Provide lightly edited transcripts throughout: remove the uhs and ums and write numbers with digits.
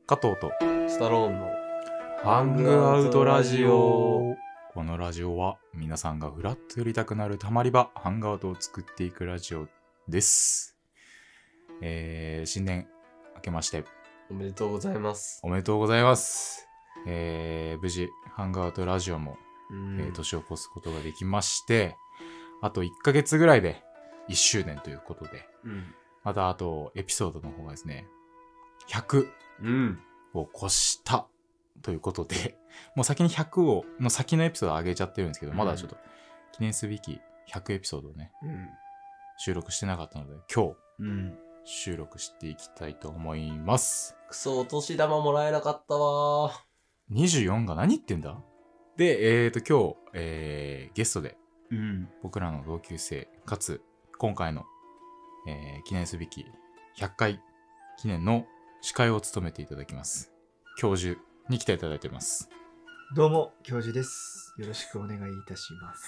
加藤とスタローンのハングアウトラジオ。このラジオは皆さんがフラッと寄りたくなるたまり場、ハングアウトを作っていくラジオです。新年明けましておめでとうございます。 おめでとうございます。無事ハングアウトラジオも、年を越すことができまして、あと1ヶ月ぐらいで1周年ということで、またあとエピソードの方がですね100を越したということで、もう先に100の先のエピソード上げちゃってるんですけど、まだちょっと記念すべき100エピソードをね、収録してなかったので今日、収録していきたいと思います。 くそ、お年玉もらえなかったわ 24が何言ってんだ。で今日、ゲストで、僕らの同級生かつ今回の、記念すべき100回記念の司会を務めていただきます教授に来ていただいてます。 どうも教授です。よろしくお願いいたします。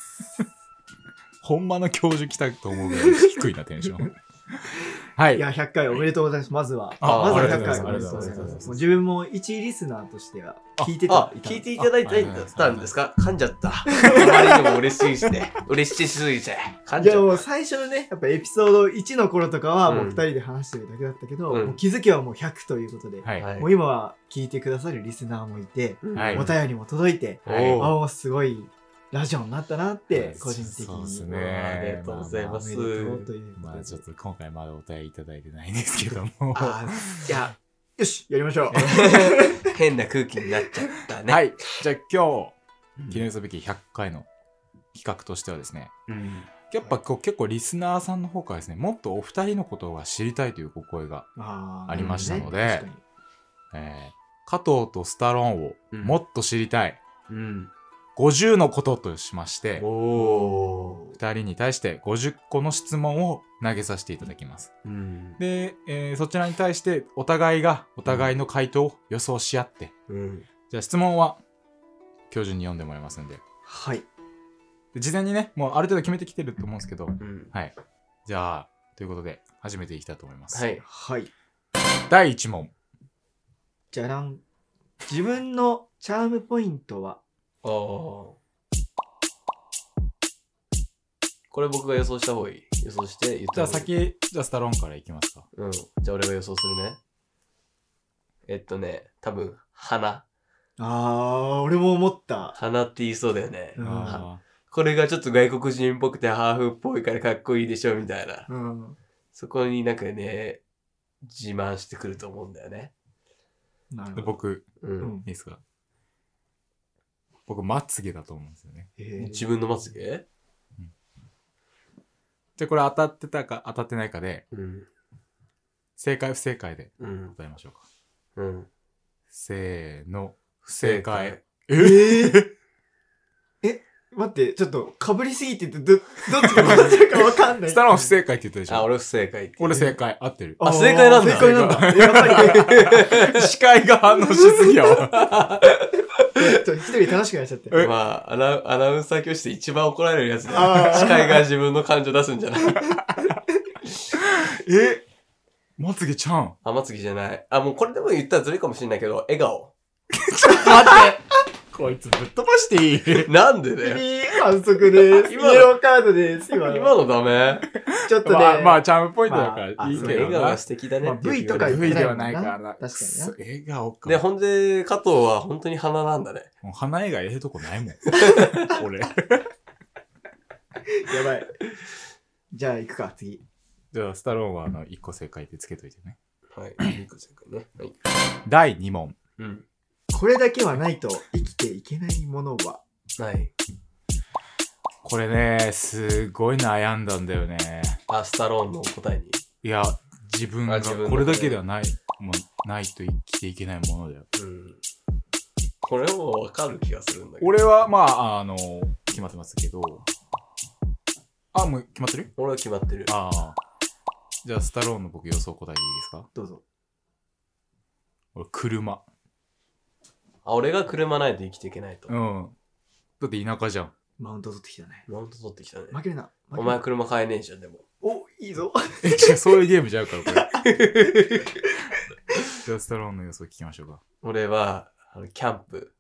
ほんまの教授来たと思うぐらい低いなテンション。はい。 いや100回おめでとうございます。まずはあ 100 ありがとうございます回おめでとうございありがとうございます。 ます。もう自分も一リスナーとしては聞いていただいたんですか？噛んじゃった。あまりにも嬉しいして。嬉しすぎて。噛んいやもうじゃった。 最初のねやっぱエピソード1の頃とかはもう2人で話してるだけだったけど、もう気づきはもう100ということで、 はい。 もう今は聞いてくださるリスナーもいて、 はいお便りも届いて、 はいもうすごいラジオになったなって個人的にそうですあね。 りがとうございまおす。 めでとうということで、 まあちょっと今回まだお便りいただいてないんですけども。 いやよしやりましょう。 変な空気になっちゃったね。 はい。じゃあ今日記念すべき100回の企画としてはですね、やっぱこう結構リスナーさんの方からですね、もっとお二人のことが知りたいというお声がありましたので、加藤とスタローンをもっと知りたい、50のこととしまして、2人に対して50個の質問を投げさせていただきます。で、そちらに対してお互いがお互いの回答を予想し合って、じゃあ質問は教授に読んでもらいますんで、 はいで事前にねもうある程度決めてきてると思うんですけど、はい。じゃあということで始めていきたいと思います。 はい。 はい第1問。 じゃらん。自分のチャームポイントは？ これ僕が予想した方がいい。予想して言っじゃあた方がいい。 じゃあスタローンからいきますか。 じゃあ俺が予想するね。多分、花俺も思った。 って言いそうだよね。 あこれがちょっと外国人っぽくてハーフっぽいからかっこいいでしょみたいな。そこになんかね、自慢してくると思うんだよね。 でなるほど。 僕、いいですか。僕まつげだと思うんですよね。 自分のまつげ？ じゃあこれ当たってたか当たってないかで、正解不正解で答えましょうか。せーの、不正解。 待って、ちょっと被りすぎててどっちがどっちかわかんない。 スタローン不正解って言ったでしょ。 俺不正解って。 俺正解。合ってる。 正解なんだ。 正解なんだ。やっぱり。 視界が反応しすぎやわ。 一人楽しくなっちゃって。 まあ、アナウンサー教室で一番怒られるやつで、司会が自分の感情出すんじゃない？ まつげちゃん。 まつげじゃない。もうこれでも言ったらずるいかもしれないけど、笑顔。 ちょっと待って。こいつぶっ飛ばしていい？ なんでだよ。 いい反則です。イエローカードです。 今のダメ？ ちょっとね。 まあ、チャームポイントだからいいけどな。 笑顔が素敵だね。 V とか V ではないからな。 確かにな。 笑顔か。 で、ほんで、加藤は本当に鼻なんだね。 もう鼻以外ええとこないもん。俺。 やばい。じゃあ行くか、次。 じゃあ、スタローンは1個正解ってつけといてね。 はい。いいか正解ね。はい。 第2問。 これだけはないと生きていけないものは？ ない。 これね、すごい悩んだんだよね。 スタローンの答えに。 いや、自分がこれだけではない、もうないと生きていけないものだよ。 これもわかる気がするんだけど。 俺は、まあ、決まってますけど。もう決まってる？ 俺は決まってる。 じゃあ、スタローンの僕予想答えでいいですか？ どうぞ。 俺、車。 俺が車ないと生きていけないと。 だって田舎じゃん。 マウント取ってきたね。 マウント取ってきたね。 負けるな。 お前車買えねえじゃん、でも。 お、いいぞ。 違う、そういうゲームじゃうから、これ。 じゃあスタローンの予想聞きましょうか。 俺は、キャンプ。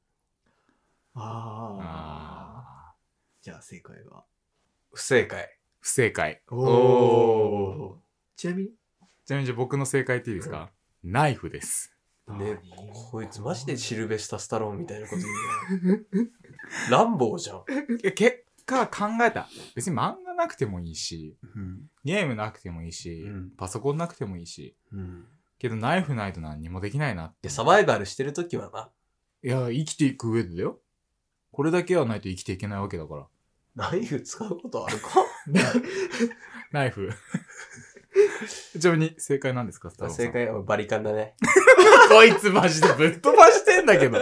じゃあ正解は不正解。 不正解。 ちなみにじゃあ僕の正解っていいですか？ナイフです。 ね、こいつマジでシルベスタ・スタローンみたいなこと言うね。ランボーじゃん。 結果考えた。別に漫画なくてもいいし、ゲームなくてもいいし、パソコンなくてもいいし、けどナイフないと何にもできないなって。 サバイバルしてるときはな。 いや、生きていく上でだよ。これだけはないと生きていけないわけだから。 ナイフ使うことあるか？ ナイフ。ちなみに正解なんですか？ 正解はバリカンだね。 こいつマジでぶっ飛ばしてんだけど。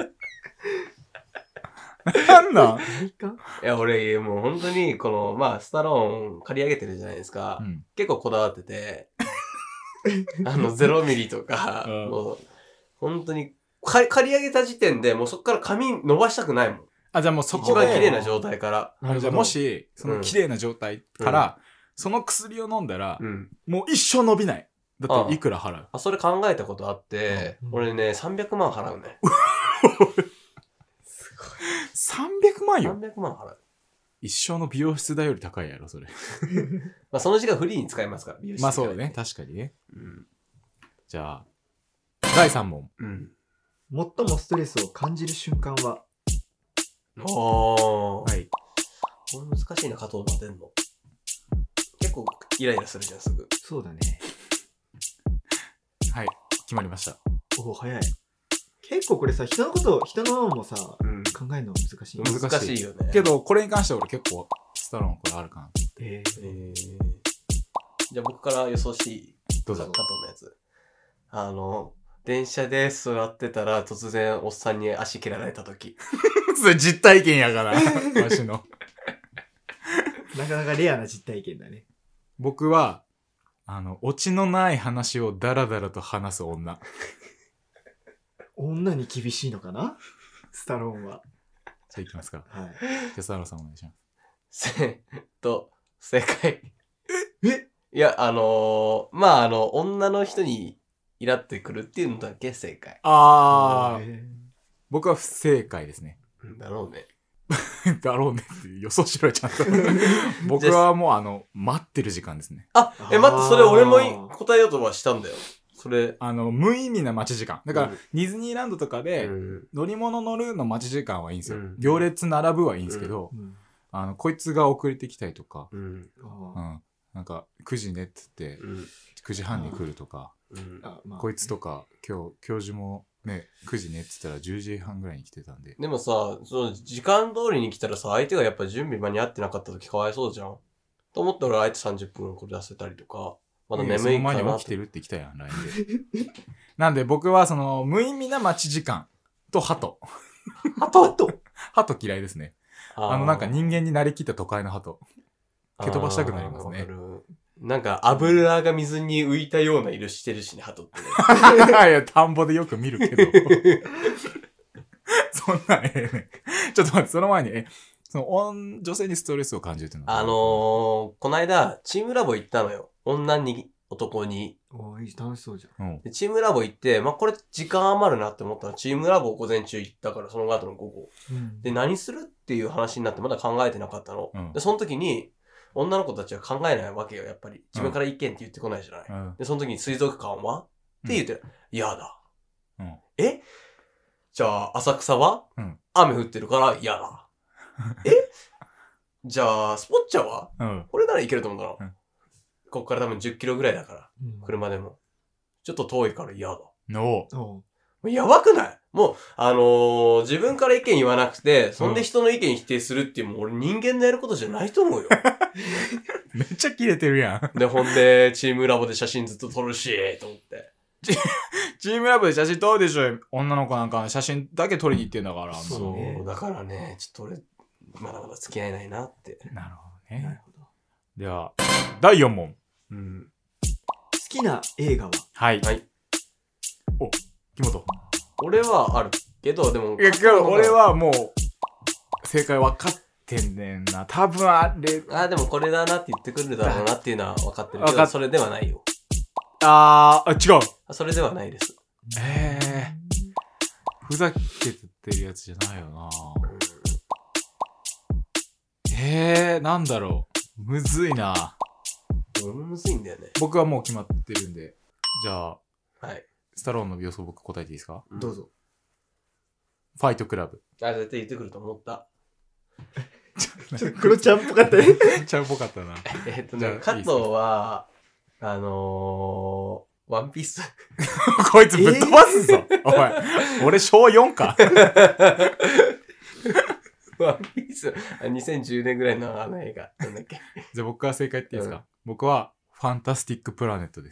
なんなん？ いや、俺、もう本当に、スタローン借り上げてるじゃないですか。結構こだわってて、0ミリとか、もう、本当に、借り上げた時点でもうそこから髪伸ばしたくないもん。 じゃあもうそこで。一番綺麗な状態から。 じゃあもし、その綺麗な状態から、その薬を飲んだら、もう一生伸びない。だっていくら払う？ それ考えたことあって、俺ね、300万払うね。 すごい。300万よ。 300万払う。 一生の美容室代より高いやろ、それ。 その時間フリーに使えますから、美容室。 そうね、確かにね。じゃあ、第3問。 最もストレスを感じる瞬間は？ はい。これ難しいな、加藤待てんの。結構イライラするじゃん、すぐ。 そうだね。 はい、決まりました。 早い。結構これさ、人のもさ、考えるの難しい。 難しいよね。 けど、これに関しては俺結構、スタローンこれあるかな。 じゃあ僕から予想していい？ どうぞ。 加藤のやつ。電車で座ってたら突然おっさんに足蹴られた時。 それ実体験やから、わしの。 なかなかレアな実体験だね。 僕は、オチのない話をダラダラと話す女。 女に厳しいのかな？スタローンは。 じゃあ行きますか。 はい。 じゃあスタローンさんお願いします。 正解。いや、女の人にイラってくるっていうのだけ正解。 僕は不正解ですね。 だろうね。 だろうねって予想しろよ、ちゃんと。僕はもう待ってる時間ですね。 待って、それ俺も答えようとはしたんだよ。それ。 無意味な待ち時間。だから、ディズニーランドとかで、乗り物乗るの待ち時間はいいんですよ。行列並ぶはいいんですけど、こいつが遅れてきたりとか、なんか、9時ねって言って、9時半に来るとか、こいつとか、今日、教授も、ね、9時ねって言ったら10時半ぐらいに来てたんで。 でもさ、その時間通りに来たらさ、相手がやっぱ準備間に合ってなかった時かわいそうじゃん。と思ったら相手30分これ出せたりとか、まだ眠いかな。その前に起きてるって来たやん、LINE で。なんで僕はその無意味な待ち時間と鳩。鳩嫌いですね。なんか人間になりきった都会の鳩。蹴飛ばしたくなりますね。 なんか油が水に浮いたような色してるしね、鳩ってね。 いや、田んぼでよく見るけど。そんなね。ちょっと待って、その前に、その女性にストレスを感じるっていうのはこの間、チームラボ行ったのよ。女に、男に。 いい、楽しそうじゃん。 でチームラボ行って、これ時間余るなって思ったら、チームラボ午前中行ったから、その後の午後。で、何するっていう話になってまだ考えてなかったの。で、その時に、女の子たちは考えないわけよ、やっぱり。自分から意見って言ってこないじゃない。で、その時に水族館はって言って、嫌だ。じゃあ、浅草は雨降ってるから嫌だ。じゃあ、スポッチャはこれならいけると思うんだな。ここから多分10キロぐらいだから。車でも。ちょっと遠いから嫌だ。やばくない？もう、自分から意見言わなくて、そんで人の意見否定するっていう、もう俺人間のやることじゃないと思うよ。 めっちゃキレてるやん。で、ほんで、チームラボで写真ずっと撮るし、と思って。 チームラボで写真撮るでしょ。女の子なんか写真だけ撮りに行ってんだから。 そう、だからね、ちょっと俺、まだまだ付き合えないなって。 なるほどね。なるほど。では、第4問。 好きな映画は？ はい。お、木本。 俺はあるけど、でも。 いや、俺はもう、正解分かってんねんな。多分あれ。 でもこれだなって言ってくるだろうなっていうのは分かってるけど、それではないよ。 違う。 それではないです。 ふざけてるやつじゃないよな。なんだろう。むずいな。 むずいんだよね。 僕はもう決まってるんで。じゃあ、 はい。 スタローンの予想僕答えていいですか？ どうぞ。 ファイトクラブ。 絶対言ってくると思った。 ちょっと黒ちゃんっぽかったね。 ちゃんっぽかったな。 加藤は、ワンピース。 こいつぶっ飛ばすぞ。お前、俺小4か。 ワンピース。2010年ぐらいの映画。なんだっけ。 じゃあ僕は正解っていいですか？僕は、ファンタスティックプラネットです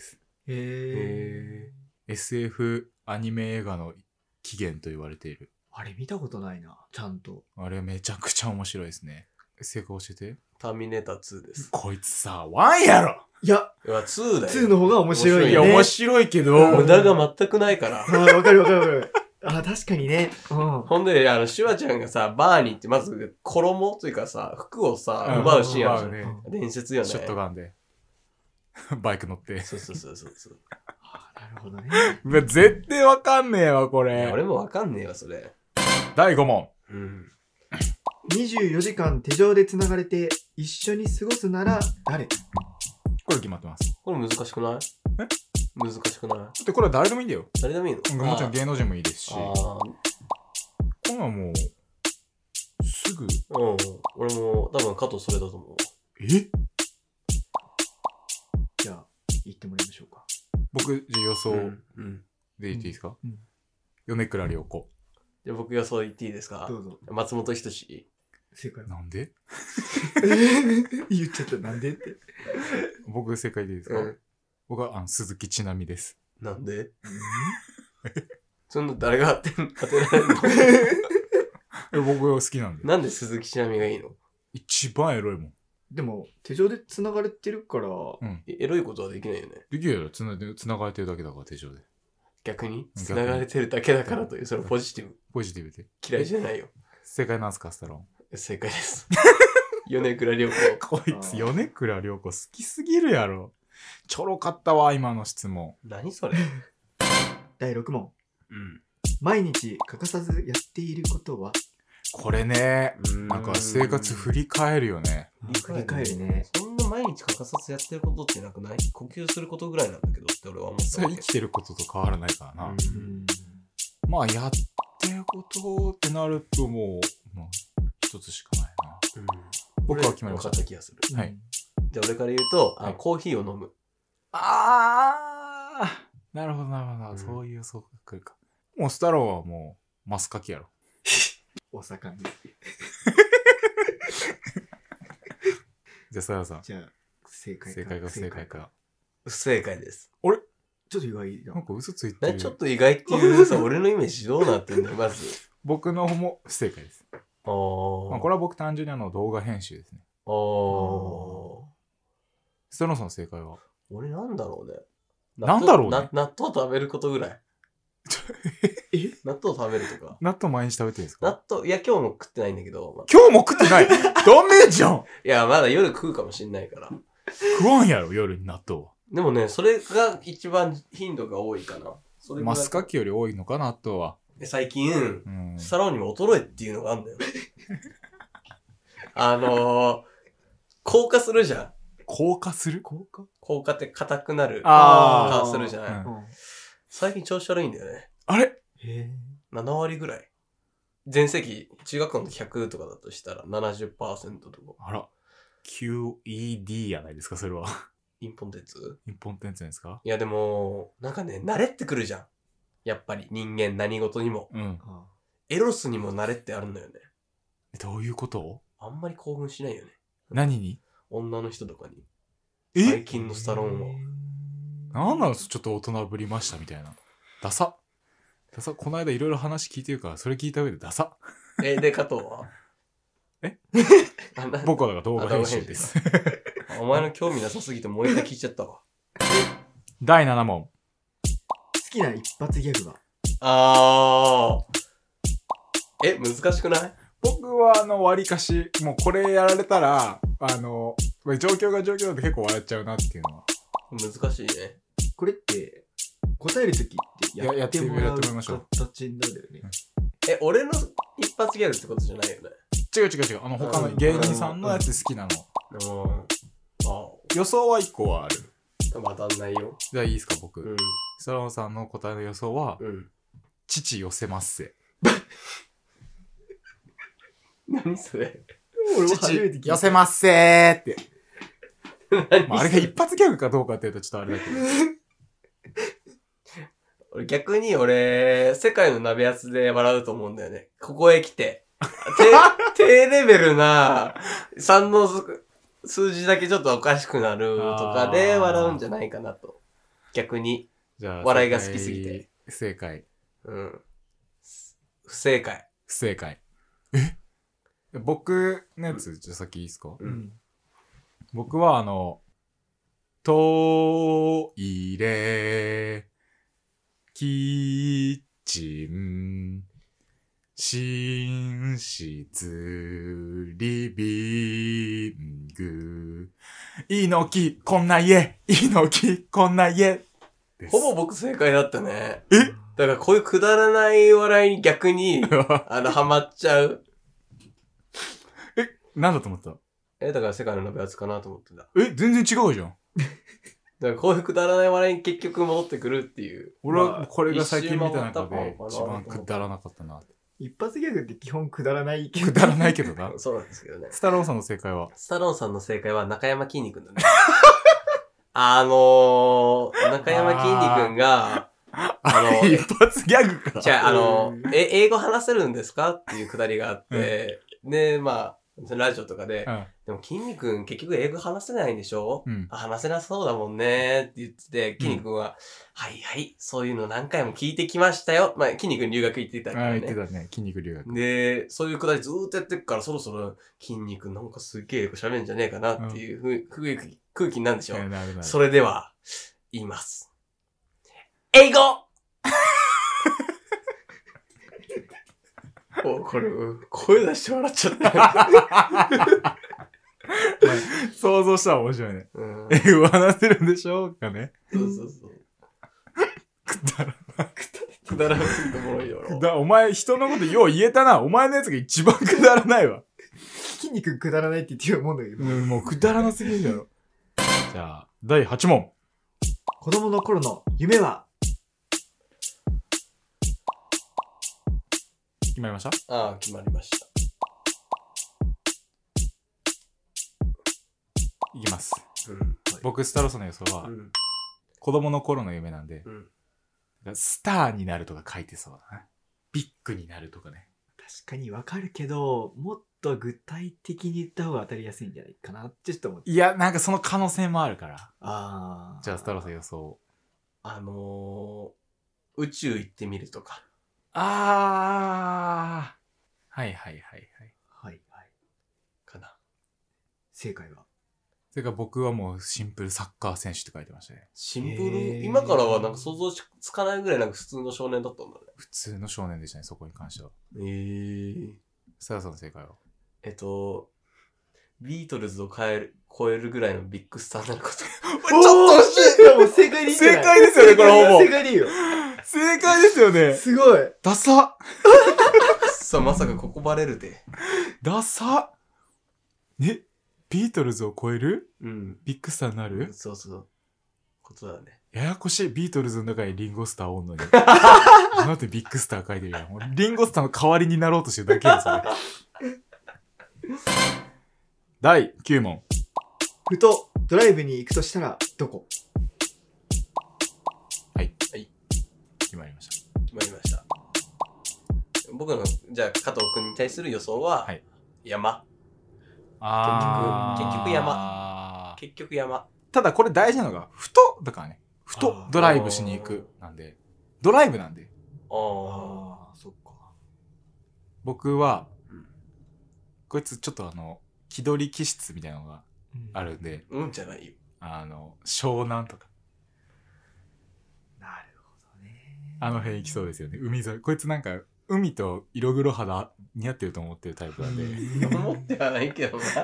。SF アニメ映画の起源と言われている。 あれ見たことないな、ちゃんと。 あれめちゃくちゃ面白いですね。正解教えて。 ターミネーター2です。 こいつさ、1やろ。 いや、 2だよ。 2の方が面白いよね。 いや、面白いけど。 無駄が全くないから。 わかる。確かにね。 ほんで、シュワちゃんがさ、バーニーってまず衣というかさ、服をさ、奪うシーンあるじゃん。伝説よね。 ショットガンで。バイク乗って。 そう。 なるほどね。 絶対わかんねえわ、これ。 俺もわかんねえわ、それ。 第5問。 24時間手錠で繋がれて一緒に過ごすなら誰？ これ決まってます。 これ難しくない？難しくない？ で、これは誰でもいいんだよ。 誰でもいいの？ もちろん芸能人もいいですし。こんなんもう、すぐ。 俺も多分加藤それだと思う。 じゃあ、言ってもらいましょうか。 僕、じゃあ予想で言っていいですか？米倉涼子。 じゃあ僕予想言っていいですか？ どうぞ。 松本人志。 正解。 なんで言っちゃった。なんでって。 僕正解でいいですか？僕は鈴木ちなみです。 なんでそんな誰が当てられるの？ 僕好きなんで。 なんで鈴木ちなみがいいの？ 一番エロいもん。 でも、手錠で繋がれてるから、 エロいことはできないよね。 できるよ。繋がれてるだけだから、手錠で。 逆に繋がれてるだけだからという、それポジティブ。 ポジティブで。 嫌いじゃないよ。 正解なんすか、スタロン？正解です。米倉涼子。 こいつ、米倉涼子好きすぎるやろ。ちょろかったわ、今の質問。 何それ？ 第6問。毎日欠かさずやっていることは？ これね、なんか生活振り返るよね。 振り返るね。 そんな毎日欠かさずやってることってなくない？呼吸することぐらいなんだけどって俺は思った。 それ生きてることと変わらないからな。まあ、やってることってなるともう一つしかないな。僕は決まりました。 分かった気がする。 はい。 じゃあ俺から言うと、コーヒーを飲む。 なるほど。そういうそう来るか。もうスタローはもうマスカキやろ。 お盛んです。 じゃあ、さやさん。 じゃあ、正解か。不正解です。 あれちょっと意外だ。 なんか嘘ついてる。 ちょっと意外っていうさ、俺のイメージどうなってんだよ、まず。 僕の方も不正解です。まあ、これは僕単純に動画編集ですね。スタローさんの正解は？ 俺なんだろうね。 なんだろうね。 納豆食べることぐらい。納豆食べるとか。 納豆毎日食べてるんですか？ 納豆、いや今日も食ってないんだけど。 今日も食ってない？ダメじゃん。 いや、まだ夜食うかもしんないから。 食わんやろ、夜に納豆は。 でもね、それが一番頻度が多いかな。 マスカキより多いのかな、納豆は。 最近、スタローにも衰えっていうのがあるんだよ。硬化するじゃん。 硬化する？ 硬化って硬くなる。化するじゃない。最近調子悪いんだよね。 あれ ？7割ぐらい。全盛期、中学校の100とかだとしたら 70% とか。 あら。QED やないですか、それは。 インポンテンツですか？ いやでも、なんかね、慣れってくるじゃん。やっぱり人間何事にも。エロスにも慣れってあるんだよね。 どういうこと？ あんまり興奮しないよね。 何に？ 女の人とかに。最近のスタローンは。 なんなの？ちょっと大人ぶりましたみたいな。ダサ。この間いろいろ話聞いてるから、それ聞いた上でダサ。 で、加藤は？ 僕はだから動画編集です。 お前の興味なさすぎてもう一回聞いちゃったわ。 第7問。 好きな一発ギャグは？ 難しくない？ 僕は割りかし、もうこれやられたら、状況が状況だと結構笑っちゃうなっていうのは。 難しいね。 これって、 答えるときってやってもらうましょう形になるよね。 俺の一発ギャグってことじゃないよね。 違う。他の芸人さんのやつ好きなの。予想は1個はある。 当たんないよ。 じゃあいいですか、僕。スタローンさんの答えの予想は、父寄せますせ。 何それ？ 父寄せますせーって。まあ、あれが一発ギャグかどうかっていうとちょっとあれだけど。 逆に世界の鍋やつで笑うと思うんだよね。ここへ来て。低レベルな3の数字だけちょっとおかしくなるとかで笑うんじゃないかなと。逆に。じゃあ笑いが好きすぎて。 正解。 不正解。 不正解。僕のやつ、じゃあ先いいですか？僕はトイレ、キッチン、寝室、リビング、猪木、こんな家、猪木、こんな家。 ほぼ僕正解だったね。だからこういうくだらない笑いに逆に、ハマっちゃう。 なんだと思った？ だから世界の鍋やつかなと思ってた。 全然違うじゃん。 だからこういうくだらない笑いに結局戻ってくるっていう。 俺はこれが最近見た中で一番くだらなかったな。 一発ギャグって基本くだらないけど。くだらないけどな。 そうなんですけどね。 スタローンさんの正解は？ スタローンさんの正解は中山きんに君だね。中山きんに君が、 一発ギャグか。 じゃあ、英語話せるんですかっていうくだりがあって、で、まあ、ラジオとかで、でも、きんに君結局英語話せないんでしょ？話せなそうだもんねって言ってて、きんに君は、はいはい、そういうの何回も聞いてきましたよ。まあ、きんに君留学行ってたからね。 言ってたね、きんに君留学。 で、そういうくだりずーっとやってるから、そろそろ、きんに君なんかすげえ英語喋るんじゃねえかなっていう空気になるんでしょ？それでは、言います。英語これ、声出して笑っちゃった。 想像したら面白いね。英語話せるんでしょうかね。 そう。くだらなすぎておもろいよ。 お前、人のことよう言えたな。お前のやつが一番くだらないわ。 筋肉くだらないって言ってるもんだけど。 もうくだらなすぎるだろ。じゃあ、第8問。 子供の頃の夢は？ 決まりました？ 決まりました。 いきます。僕、スタロさんの予想は、子供の頃の夢なんで、スターになるとか書いてそうだな。ビッグになるとかね。 確かにわかるけど、もっと具体的に言った方が当たりやすいんじゃないかなってちょっと思って。 いや、なんかその可能性もあるから。じゃあ、スタロさん予想。 宇宙行ってみるとか。 はい。 かな。正解は？ それから僕はもうシンプルサッカー選手って書いてましたね。 シンプル今からはなんか想像つかないぐらいなんか普通の少年だったんだね。 普通の少年でしたね、そこに関しては。さやさんの正解は？ ビートルズを超えるぐらいのビッグスターになること。ちょっと惜しい。でも正解でいいんじゃない？ 正解ですよね、これほぼ。 正解でいいよ。 正解ですよね。 すごい。 ダサさあ、まさかここバレるで。 ダサビートルズを超える？ビッグスターになる？ そう。ことだね。 ややこしい。ビートルズの中にリンゴスターおんのに。なんでビッグスター書いてるやん。リンゴスターの代わりになろうとしてるだけですよね。第9問。 ふとドライブに行くとしたらどこ？ はい。決まりました。 僕の、じゃあ、加藤くんに対する予想は、山。結局山。 ただこれ大事なのが、ふとだからね。ふとドライブしに行くなんで。ドライブなんで。 そっか。 僕は、こいつちょっと気取り気質みたいなのがあるんで。 じゃないよ。 湘南とか。 なるほどね。 あの辺行きそうですよね。海沿い。こいつなんか、海と色黒肌似合ってると思ってるタイプなんで。 思ってはないけどな。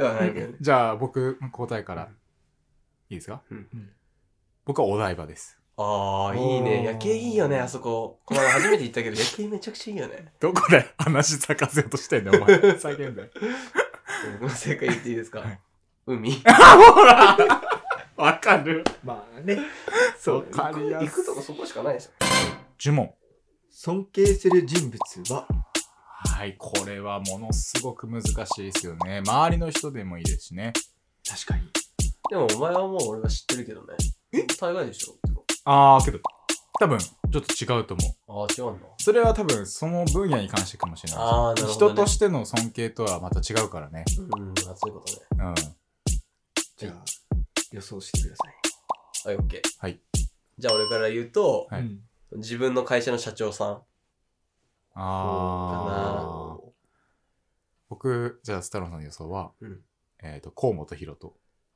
じゃあ僕の答えからいいですか？僕はお台場です。 ああ、いいね。夜景いいよね、あそこ。この前初めて行ったけど、夜景めちゃくちゃいいよね。 どこで話咲かせようとしてんだよ、お前。叫んで。 正解言っていいですか、はい、海。 ほらわかる。 まあね。 そう。行くとこそこしかないでしょ。 呪文。 尊敬する人物は？ はい、これはものすごく難しいですよね。周りの人でもいいですしね。 確かに。 でもお前はもう俺は知ってるけどね。大概でしょ。 けど、多分、ちょっと違うと思う。 違うんだ。 それは多分、その分野に関してかもしれない。なるほどね。人としての尊敬とはまた違うからね。 そういうことね。 じゃあ、予想してください。はい、OK。 はい。 じゃあ俺から言うと、自分の会社の社長さん。かな。 僕、じゃあ、スタローさんの予想は、河本大翔。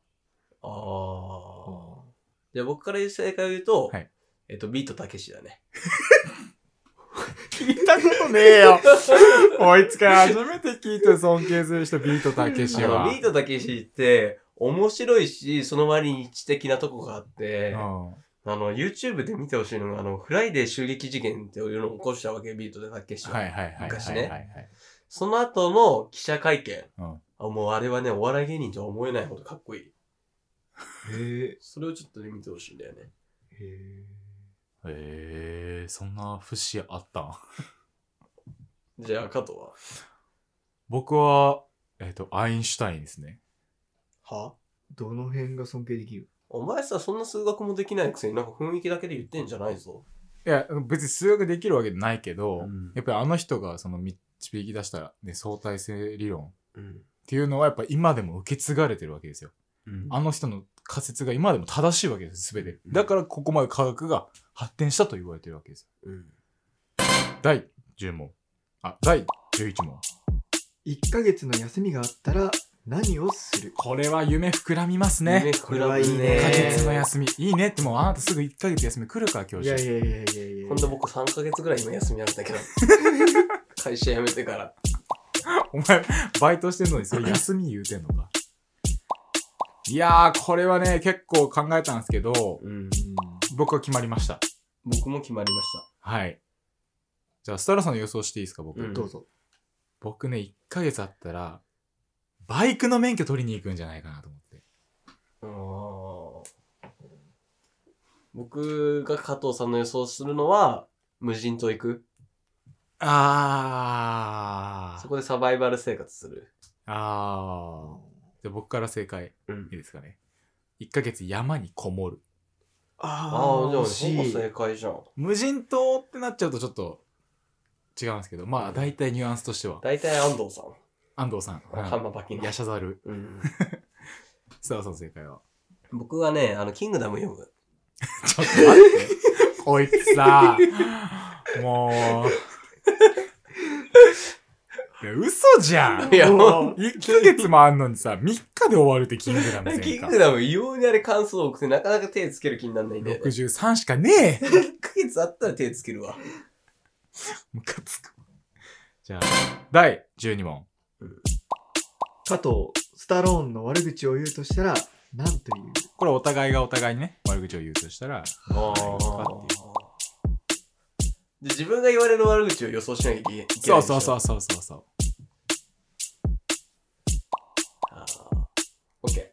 じゃあ僕から正解を言うと、ビートたけしだね。 聞いたことねえよ。こいつから初めて聞いて尊敬する人、ビートたけしは。 ビートたけしって面白いし、その割に知的なとこがあって、YouTube で見てほしいのが、フライデー襲撃事件っていうのを起こしたわけ、ビートたけしは。昔ね。その後の記者会見。もうあれはね、お笑い芸人とは思えないほどかっこいい。それをちょっとね、見てほしいんだよね。 そんな節あったん？ じゃあ、加藤は？ 僕は、アインシュタインですね。 は？ どの辺が尊敬できる？ お前さ、そんな数学もできないくせになんか雰囲気だけで言ってんじゃないぞ。 いや、別に数学できるわけじゃないけど、やっぱりあの人がその導き出した、ね、相対性理論っていうのはやっぱ今でも受け継がれてるわけですよ。あの人の仮説が今でも正しいわけです、すべて。だからここまで科学が発展したと言われてるわけですよ。第10問。第11問。 1ヶ月の休みがあったら何をする？ これは夢膨らみますね。 夢膨らみね。 1ヶ月の休み。いいねってもうあなたすぐ1ヶ月休み来るから教授。 いや。 ほんと僕3ヶ月ぐらい今休みあるんだけど。会社辞めてから。 お前、バイトしてんのにそれ休み言うてんのか。いやー、これはね、結構考えたんですけど、僕は決まりました。 僕も決まりました。 はい。じゃあ、スタラさんの予想していいですか、僕。 どうぞ。 僕ね、1ヶ月あったら、バイクの免許取りに行くんじゃないかなと思って。 僕が加藤さんの予想するのは、無人島行く。そこでサバイバル生活する。 じゃあ僕から正解、いいですかね。1ヶ月山にこもる。 じゃあほぼ正解じゃん。 無人島ってなっちゃうとちょっと違うんですけど、まあ大体ニュアンスとしては。 大体安藤さん。 安藤さん。 ハンマーバキの。 ヤシャザル。スターさん正解は？僕はね、キングダム読む。 ちょっと待って。こいつさ、もう。いや、嘘じゃん。いや、もう、1ヶ月もあんのにさ、3日で終わるってキングダムキングダム異様にあれ関数多くてなかなか手つける気になんないんで。 63しかねえ。 1ヶ月あったら手つけるわ。 ムカつく。じゃあ、第12問。 加藤、スタローンの悪口を言うとしたら、なんという？ これお互いがお互いにね、悪口を言うとしたら、 で自分が言われる悪口を予想しなきゃいけない。 そう。 OK。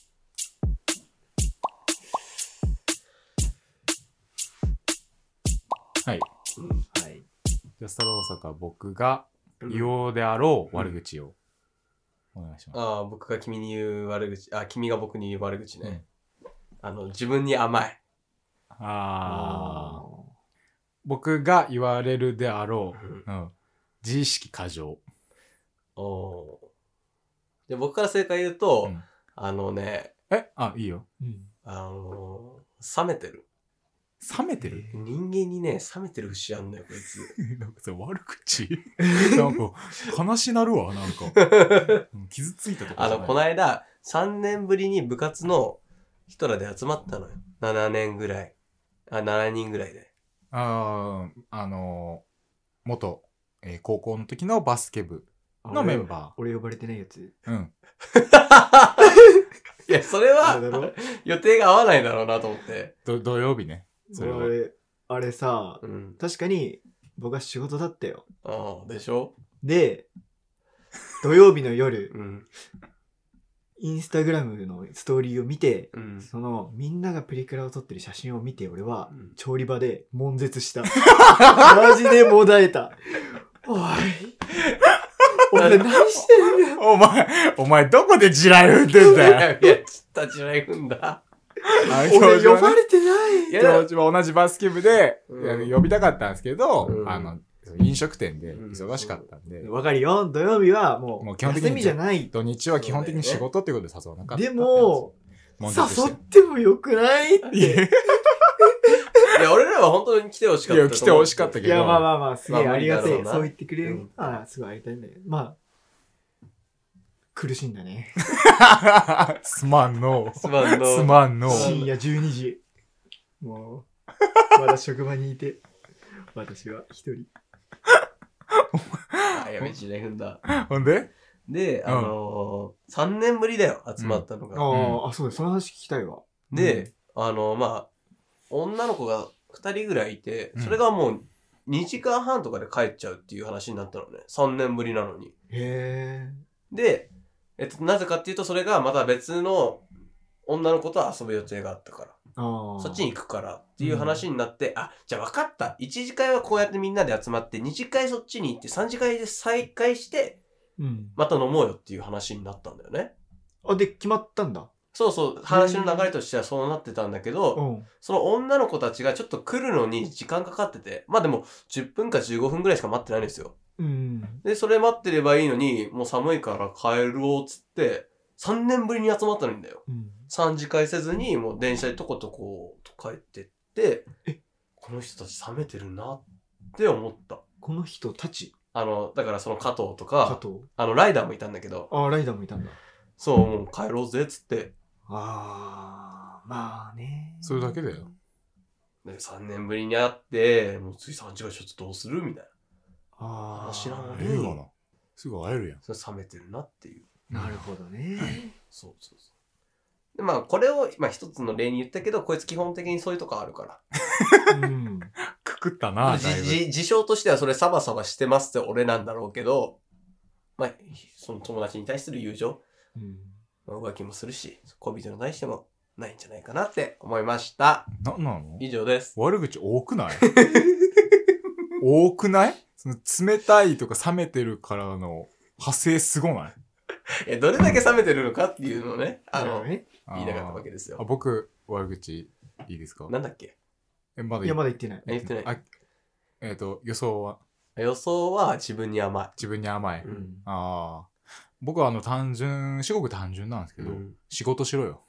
はい。じゃあ、スタロー坂僕が言おうであろう悪口をお願いします。 僕が君に言う悪口、君が僕に言う悪口ね。自分に甘い。 僕が言われるであろう、自意識過剰。 で僕から正解言うと、 いいよ。 冷めてる。 冷めてる？ 人間にね、冷めてる節あんのよ、こいつ。 なんかさ、悪口なんか、悲しなるわ、なんか。傷ついたとかじゃない。 この間、3年ぶりに部活の人らで集まったのよ。7人ぐらいで。 元、高校の時のバスケ部のメンバー。 俺呼ばれてないやつ。 いや、それは予定が合わないだろうなと思って。 土曜日ね。 それはあれさ、確かに僕は仕事だったよ。 でしょ。 で、土曜日の夜、インスタグラムのストーリーを見て、そのみんながプリクラを撮ってる写真を見て、俺は調理場で悶絶した。マジでもだえた。おい。俺何してるの？ お前どこで地雷踏んでんだよ。 いや、ちった地雷踏んだ。 俺呼ばれてない。 教授は同じバスケ部で、呼びたかったんですけど、飲食店で忙しかったんで。 わかるよ。土曜日はもう基本的に休みじゃない。 土日は基本的に仕事ってことで誘わなかった。 でも、誘ってもよくないって。 いや、俺らは本当に来てほしかった。いや、 来てほしかったけど。 いや、まあ、すげえありがてえ。そう言ってくれる。すごいありがたいんだけど。まあ、苦しいんだね。 すまんの。 深夜12時。もう、まだ職場にいて、私は一人。 やべ、地雷踏んだ。 ほんで 3年ぶりだよ、集まったのが。 そうです。その話聞きたいわ。 で、女の子が2人ぐらいいて、それがもう2時間半とかで帰っちゃうっていう話になったのね。3年ぶりなのに。で、なぜかっていうと、それがまた別の女の子と遊ぶ予定があったから。そっちに行くからっていう話になって、じゃあ分かった。1次会はこうやってみんなで集まって、2次会そっちに行って、3次会で再会して、また飲もうよっていう話になったんだよね。 で、決まったんだ。 そうそう、話の流れとしてはそうなってたんだけど、その女の子たちがちょっと来るのに時間かかってて、まあでも10分か15分ぐらいしか待ってないんですよ。で、それ待ってればいいのに、もう寒いから帰ろうっつって、3年ぶりに集まったのにだよ。3次会せずに、もう電車でとことこ帰ってって、この人たち冷めてるなって思った。 この人たち？ だからその加藤とか、ライダーもいたんだけど。 ライダーもいたんだ。 そう、もう帰ろうぜっつって。 まあね。 それだけだよ。 で、3年ぶりに会って、もう次3次会ちょっとどうするみたいな。話なのに。 すぐ会えるやん。 それ冷めてるなっていう。 なるほどね。 そう。で、これを、一つの例に言ったけど、こいつ基本的にそういうとこあるから。 くくったな、 自称としてはそれサバサバしてますって俺なんだろうけど、その友達に対する友情、浮気もするし、恋人に対してもないんじゃないかなって思いました。 なんなの？ 以上です。 悪口多くない？多くない？その冷たいとか冷めてるからの派生すごない？ どれだけ冷めてるのかっていうのをね、言いたかったわけですよ。 僕、悪口いいですか？ なんだっけ？ まだ言ってない。 言ってない。 予想は？ 予想は自分に甘い。 自分に甘い。僕は至極単純なんですけど、仕事しろよ。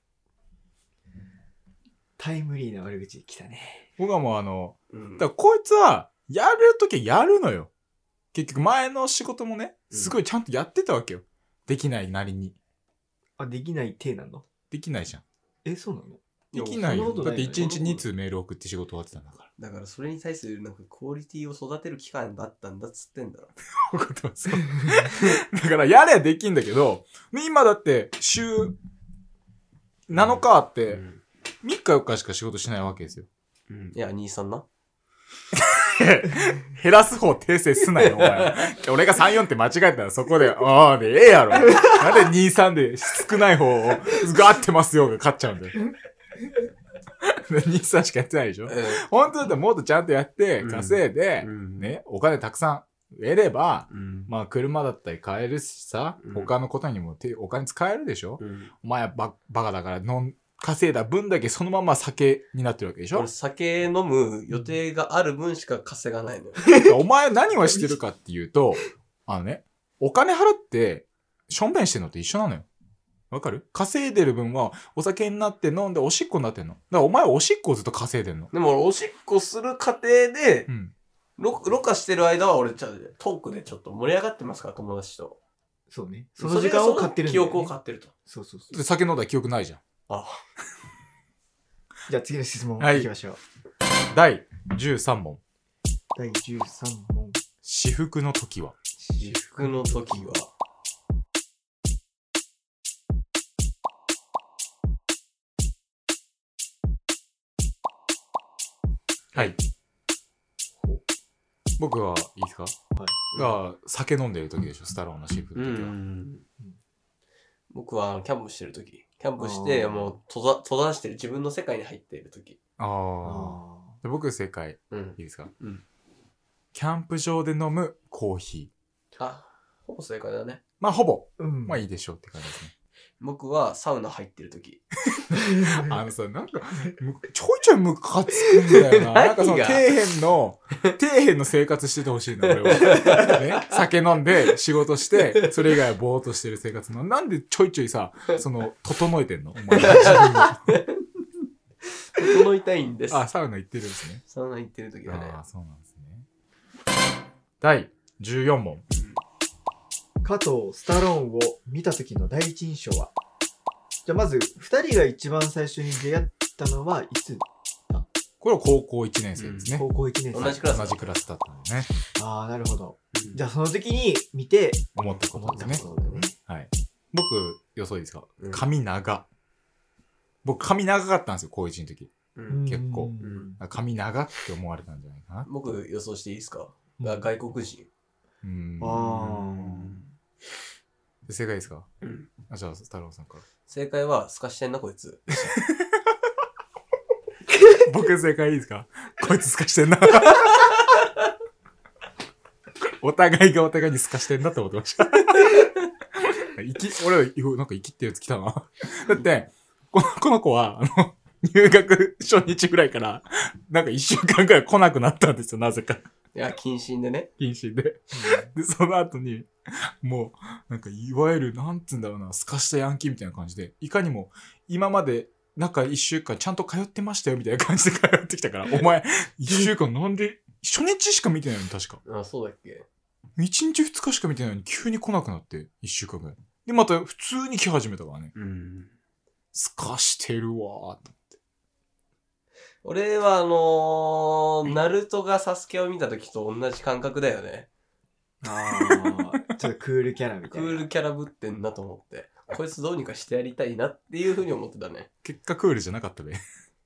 タイムリーな悪口来たね。 僕はもうだからこいつは、やるときはやるのよ。結局前の仕事もね、すごいちゃんとやってたわけよ。できないなりに。 できない体なの？ できないじゃん。 そうなの？ できないよ。だって1日2通メール送って仕事終わってたんだから。 だからそれに対するクオリティを育てる期間だったんだっつってんだろ。 分かってます。だからやればできんだけど、今だって週7日あって、3日4日しか仕事しないわけですよ。 いや、2、3な。 減らす方訂正すなよ、お前。俺が3、4って間違えたらそこで、でええやろ。なんで2、3で少ない方をガってますよが勝っちゃうんだよ。2、3しかやってないでしょ、本当だったらもっとちゃんとやって、稼いで、ね、お金たくさん得れば、車だったり買えるしさ、他のことにもお金使えるでしょ、お前はバカだから稼いだ分だけそのまま酒になってるわけでしょ。 俺酒飲む予定がある分しか稼がないのよ。 お前何をしてるかっていうと、お金払ってしょんべんしてんのと一緒なのよ。わかる？稼いでる分はお酒になって飲んでおしっこになってんの。だからお前はおしっこをずっと稼いでんの。 でも俺おしっこする過程で、ろ過してる間は俺トークでちょっと盛り上がってますから、友達と。 そうね。その時間を買ってるんだよね。 記憶を買ってると。 そう。 で酒飲んだら記憶ないじゃん。 じゃあ次の質問いきましょう。 第13問。 第13問。 至福の時は？ 至福の時ははい。僕はいいですか？はい。が、酒飲んでる時でしょ、スタローンのシープの時は。 僕はキャンプしてる時。キャンプして、もう閉ざしてる自分の世界に入っている時。 僕正解、いいですか？キャンプ場で飲むコーヒー。ほぼ正解だね。 まあほぼ、まあいいでしょうって感じですね。 僕はサウナ入ってる時。 なんかちょいちょいムカつくんだよな。なんかその底辺の生活しててほしいの、俺は。ね、酒飲んで仕事して、それ以外はぼーっとしてる生活の。なんでちょいちょいさ、整えてんのお前自分を。整いたいんです。 サウナ行ってるんですね。 サウナ行ってる時はね。 そうなんですね。第14問。 加藤スタローンを見た時の第一印象は？じゃあまず2人が一番最初に出会ったのはいつだ？ これは高校1年生ですね。 高校1年生。 同じクラスだったんでね。 なるほど。じゃあその時に見て思ったことですね。はい。僕予想いいですか？髪長。僕髪長かったんですよ、高1の時。結構。髪長って思われたんじゃないかな。 僕予想していいですか？外国人。 正解ですか？じゃあ、太郎さんから。 正解は、すかしてんな、こいつ。 僕正解いいですか？こいつすかしてんな。お互いがお互いにすかしてんなって思ってました。俺は、なんか生きってやつ来たな。だって、この子は、入学初日ぐらいから、なんか1週間ぐらい来なくなったんですよ、なぜか。 いや、謹慎でね。 謹慎で。で、その後に、もう、なんか、いわゆる、なんつうんだろうな、すかしたヤンキーみたいな感じで、いかにも、今まで、なんか1週間ちゃんと通ってましたよ、みたいな感じで通ってきたから、お前、1週間なんで、初日しか見てないのに、確か。 そうだっけ？ 1日2日しか見てないのに、急に来なくなって、1週間ぐらい。で、また、普通に来始めたからね。すかしてるわー、と思って。 俺はナルトがサスケを見た時と同じ感覚だよね。 ちょっとクールキャラみたいな。 クールキャラぶってんなと思って。こいつどうにかしてやりたいなっていう風に思ってたね。 結果クールじゃなかったべ。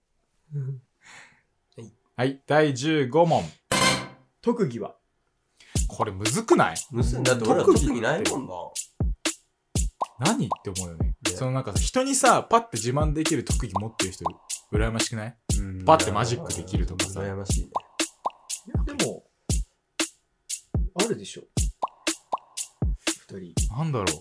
はい、第15問。 特技は？ これむずくない？ むずい。だって俺ら特技ないもんな。 何って思うよね。なんか人にさ、パッて自慢できる特技持ってる人、羨ましくない？パッてマジックできるとかさ。 羨ましいね。 いや、でも、あるでしょ。2人。 なんだろ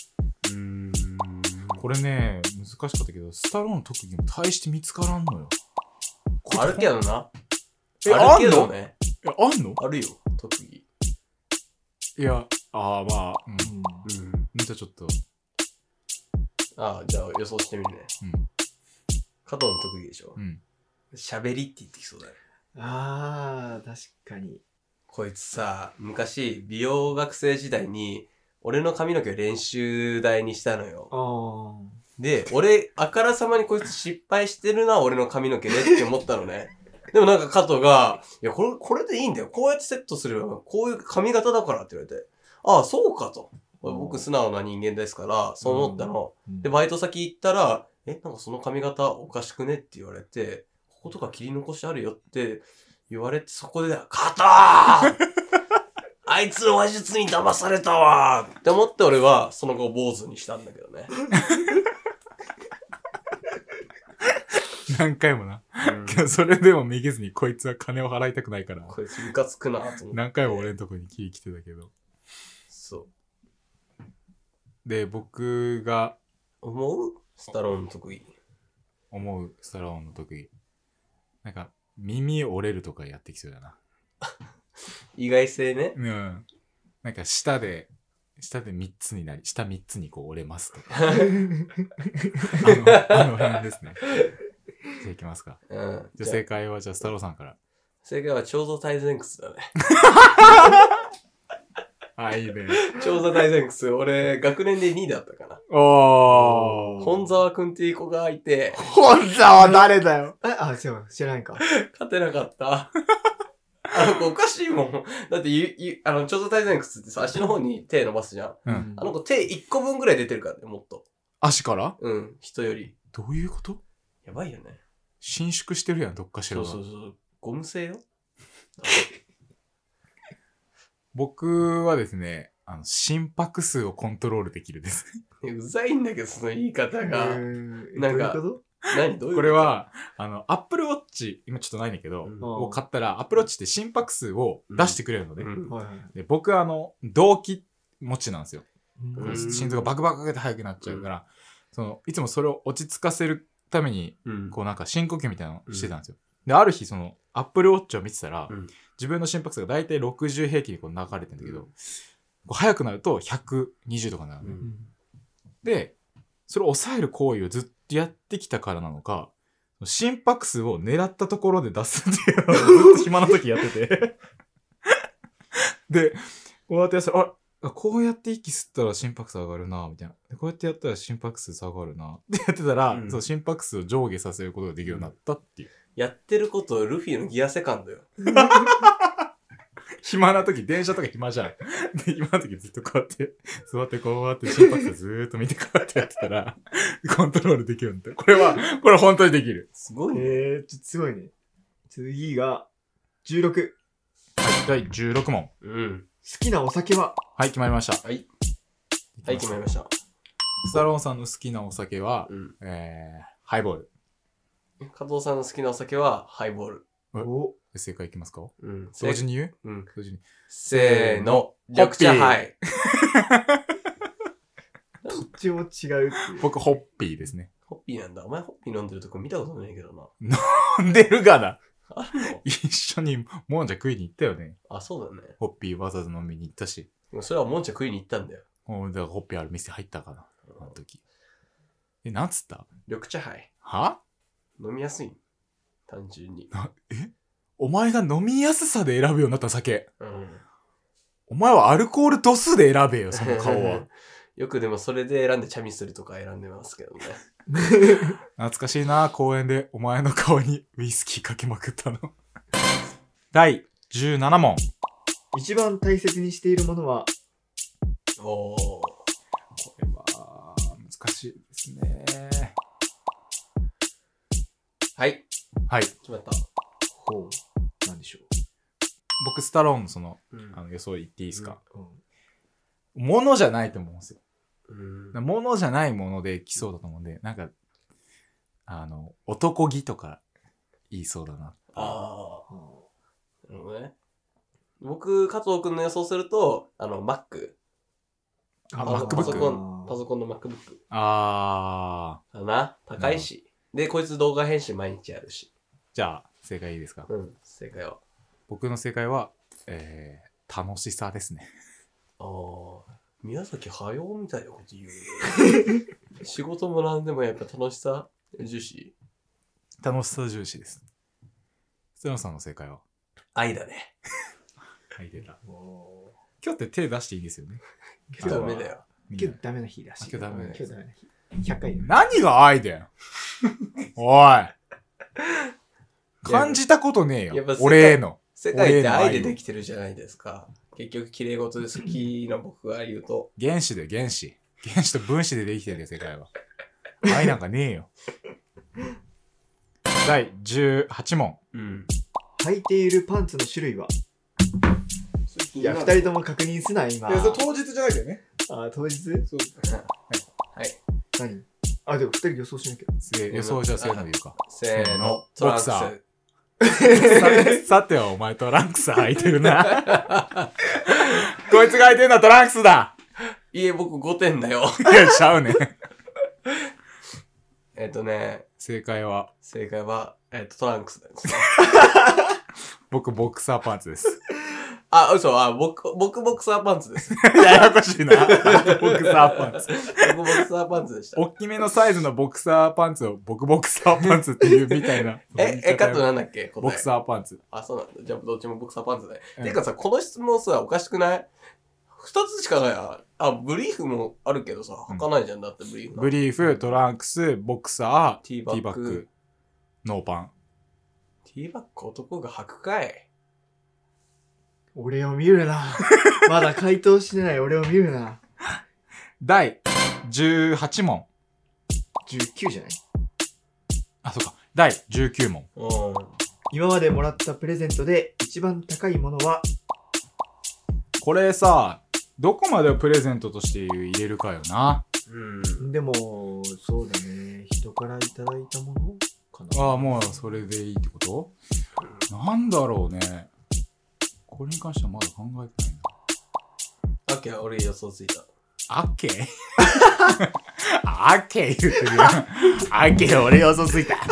う。これね、難しかったけど、スタローンの特技も大して見つからんのよ。 あるけどな。 あるけどね。あんの？ あるよ、特技。 いや、まあ、じゃあちょっと。 じゃあ予想してみるね。加藤の特技でしょ。喋りって言ってきそうだね。 確かに。 こいつさ、昔、美容学生時代に、俺の髪の毛を練習台にしたのよ。で、俺、あからさまにこいつ失敗してるな、俺の髪の毛ねって思ったのね。でもなんか加藤が、いや、これでいいんだよ。こうやってセットすれば、こういう髪型だからって言われて、そうかと。僕素直な人間ですから、そう思ったの。で、バイト先行ったら、なんかその髪型おかしくねって言われて、こことか切り残しあるよって言われて、そこで、加藤あいつの話術に騙されたわって思って俺は、その後坊主にしたんだけどね。 何回もな。それでもめげずにこいつは金を払いたくないから。 こいつムカつくなと思って。 何回も俺のとこに切り来てたけど。 そう。 で、僕が思うスタローンの特技。 思うスタローンの特技。なんか、耳折れるとかやってきそうだな。 意外性ね。 なんか下で3つになり、下3つにこう折れますとか。あの辺ですね。じゃあいきますか。じゃあ正解は、じゃあスタローさんから。 正解は長座大前屈だね。 いいね。 長座大前屈。俺、学年で2位だったかな。本沢くんっていう子がいて。 本沢誰だよ。違う、知らないか。 勝てなかった。子おかしいもん。だって長座大前屈ってさ、足の方に手伸ばすじゃん。子手1個分ぐらい出てるからね、もっと。 足から？ 人より。 どういうこと？ やばいよね。 伸縮してるやん、どっかしらが。 そう。 ゴム製よ。 僕はですね、心拍数をコントロールできるです。 うざいんだけど、その言い方が。 なんか、どういうこと？ どういうこと？ これは、Apple Watch、今ちょっとないんだけど、を買ったら、Apple Watch って心拍数を出してくれるので、で僕は動悸持ちなんですよ。心臓がバクバクって速くなっちゃうから、いつもそれを落ち着かせるために、こうなんか深呼吸みたいなのしてたんですよ。で、ある日、Apple Watch を見てたら、自分の心拍数がだいたい60平均にこう流れてるんだけど、こう速くなると120とかなるのね。で、それを抑える行為をずっとやってきたからなのか、心拍数を狙ったところで出すっていうのをずっと暇な時やってて。で、こうやってやったら、こうやって息吸ったら心拍数上がるなみたいな。でこうやってやったら心拍数下がるなってやってたら、その心拍数を上下させることができるようになったっていう。 やってることルフィのギアセカンドよ。 暇な時、電車とか暇じゃん。で、暇な時ずっとこうやって、座ってこうやって心拍数ずーっと見てこうやってやってたら、コントロールできるようになった。これ本当にできる。 すごいね。すごいね。次が、16。はい、 第16問。 うん。 好きなお酒は？ はい、決まりました。 はい。はい、決まりました。 スタローンさんの好きなお酒は、ハイボール。 加藤さんの好きなお酒は、ハイボール。 お、正解いきますか？ うん。 同時に言う？ うん。 同時に。 せーの。緑茶ハイ。 どっちも違うっていう。 僕、ホッピーですね。 ホッピーなんだ。お前ホッピー飲んでるとこ見たことないけどな。 飲んでるがな。 あるの？ 一緒にもんじゃ食いに行ったよね。 あ、そうだね。 ホッピーわざわざ飲みに行ったし。 それはもんじゃ食いに行ったんだよ。 だからホッピーある店入ったかな。あの時。なんつった？ 緑茶ハイ。 は？ 飲みやすい。単純に。 お前が飲みやすさで選ぶようになった酒。 うん。 お前はアルコール度数で選べよ、その顔は。 よくでもそれで選んでチャミするとか選んでますけどね。 懐かしいな、公園でお前の顔にウイスキーかけまくったの。第17問。 一番大切にしているものは？ これは難しいですね。 はい。 はい。 決まった。 ほう。なんでしょう。 僕、スタローンの予想言っていいですか？ものじゃないと思うんですよ。ものじゃないもので来そうだと思うんで、なんか、男気とか言いそうだな。 ああ。なるほどね。僕、加藤くんの予想すると、Mac。 MacBook。 パソコンの MacBook。 ああ。かな。高いし。で、こいつ動画編集毎日やるし。 じゃあ、正解いいですか？ うん、正解は。 僕の正解は、楽しさですね。 ああ。宮崎駿みたいなこと言う。仕事もなんでもやっぱ楽しさ重視？ 楽しさ重視です。ステノさんの正解は？ 愛だね。 はい、出た。今日って手出していいですよね。 今日ダメだよ。 今日ダメな日だし。 今日ダメな日。 100回。 何が愛だよ。おい。感じたことねえよ。俺への。 世界って愛でできてるじゃないですか。結局綺麗事で好きな僕が言うと。 原子で原子。原子と分子でできてるよ、世界は。愛なんかねえよ。第18問。 履いているパンツの種類は？いや、2人とも確認すな、今。 いや、それ当日じゃないんだよね。 あ、当日？そう。 はい。 何？あ、でも2人予想しなきゃ。 予想じゃせーので言うか。 せーの。トランクス。 さてはお前トランクス履いてるな。こいつが履いてるのはトランクスだ。 いえ、僕5点だよ。 いや、ちゃうね。 正解は、トランクスです。 僕、ボクサーパンツです。 あ、嘘。僕ボクサーパンツです。 ややこしいな。ボクサーパンツ。 僕ボクサーパンツでした。 大きめのサイズのボクサーパンツを僕ボクサーパンツっていうみたいな。 カットなんだっけ？ ボクサーパンツ。 あ、そうなんだ。じゃあどっちもボクサーパンツだね。てかさ、この質問さ、おかしくない？ 2 つしかない。ブリーフもあるけどさ、履かないじゃん。だってブリーフ。 ブリーフ、トランクス、ボクサー、 ティーバッグ、 ノーパン。 ティーバッグ男が履くかい？ 俺を見るな。まだ回答してない俺を見るな。 第18問。 19じゃない？ あ、そうか。第19問。 今までもらったプレゼントで一番高いものは？ これさ、どこまでをプレゼントとして入れるかよな。 でもそうだね、人からいただいたものかな。 ああ、もうそれでいいってこと？なんだろうね。これに関してはまだ考えてないな。 オッケー、俺予想ついた。 アッケーアッケー言ってるよ。アッケー俺予想ついた。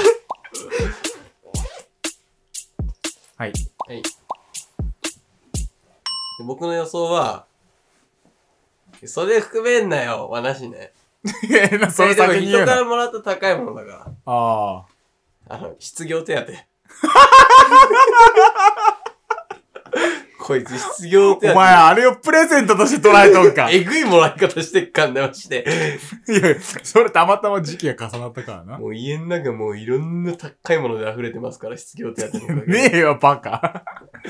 はい。 はい。で僕の予想は、それ含めんなよ、はなしね。 それ先に言う人からもらった高いものだから。 ああ。失業手当。こいつ失業手当。 お前あれをプレゼントとして捉えとんか。 えぐいもらい方してっかんね、まして。 いや、それたまたま時期が重なったからな。 もう家の中もういろんな高いもので溢れてますから、失業手当の。 ねえよ、バカ。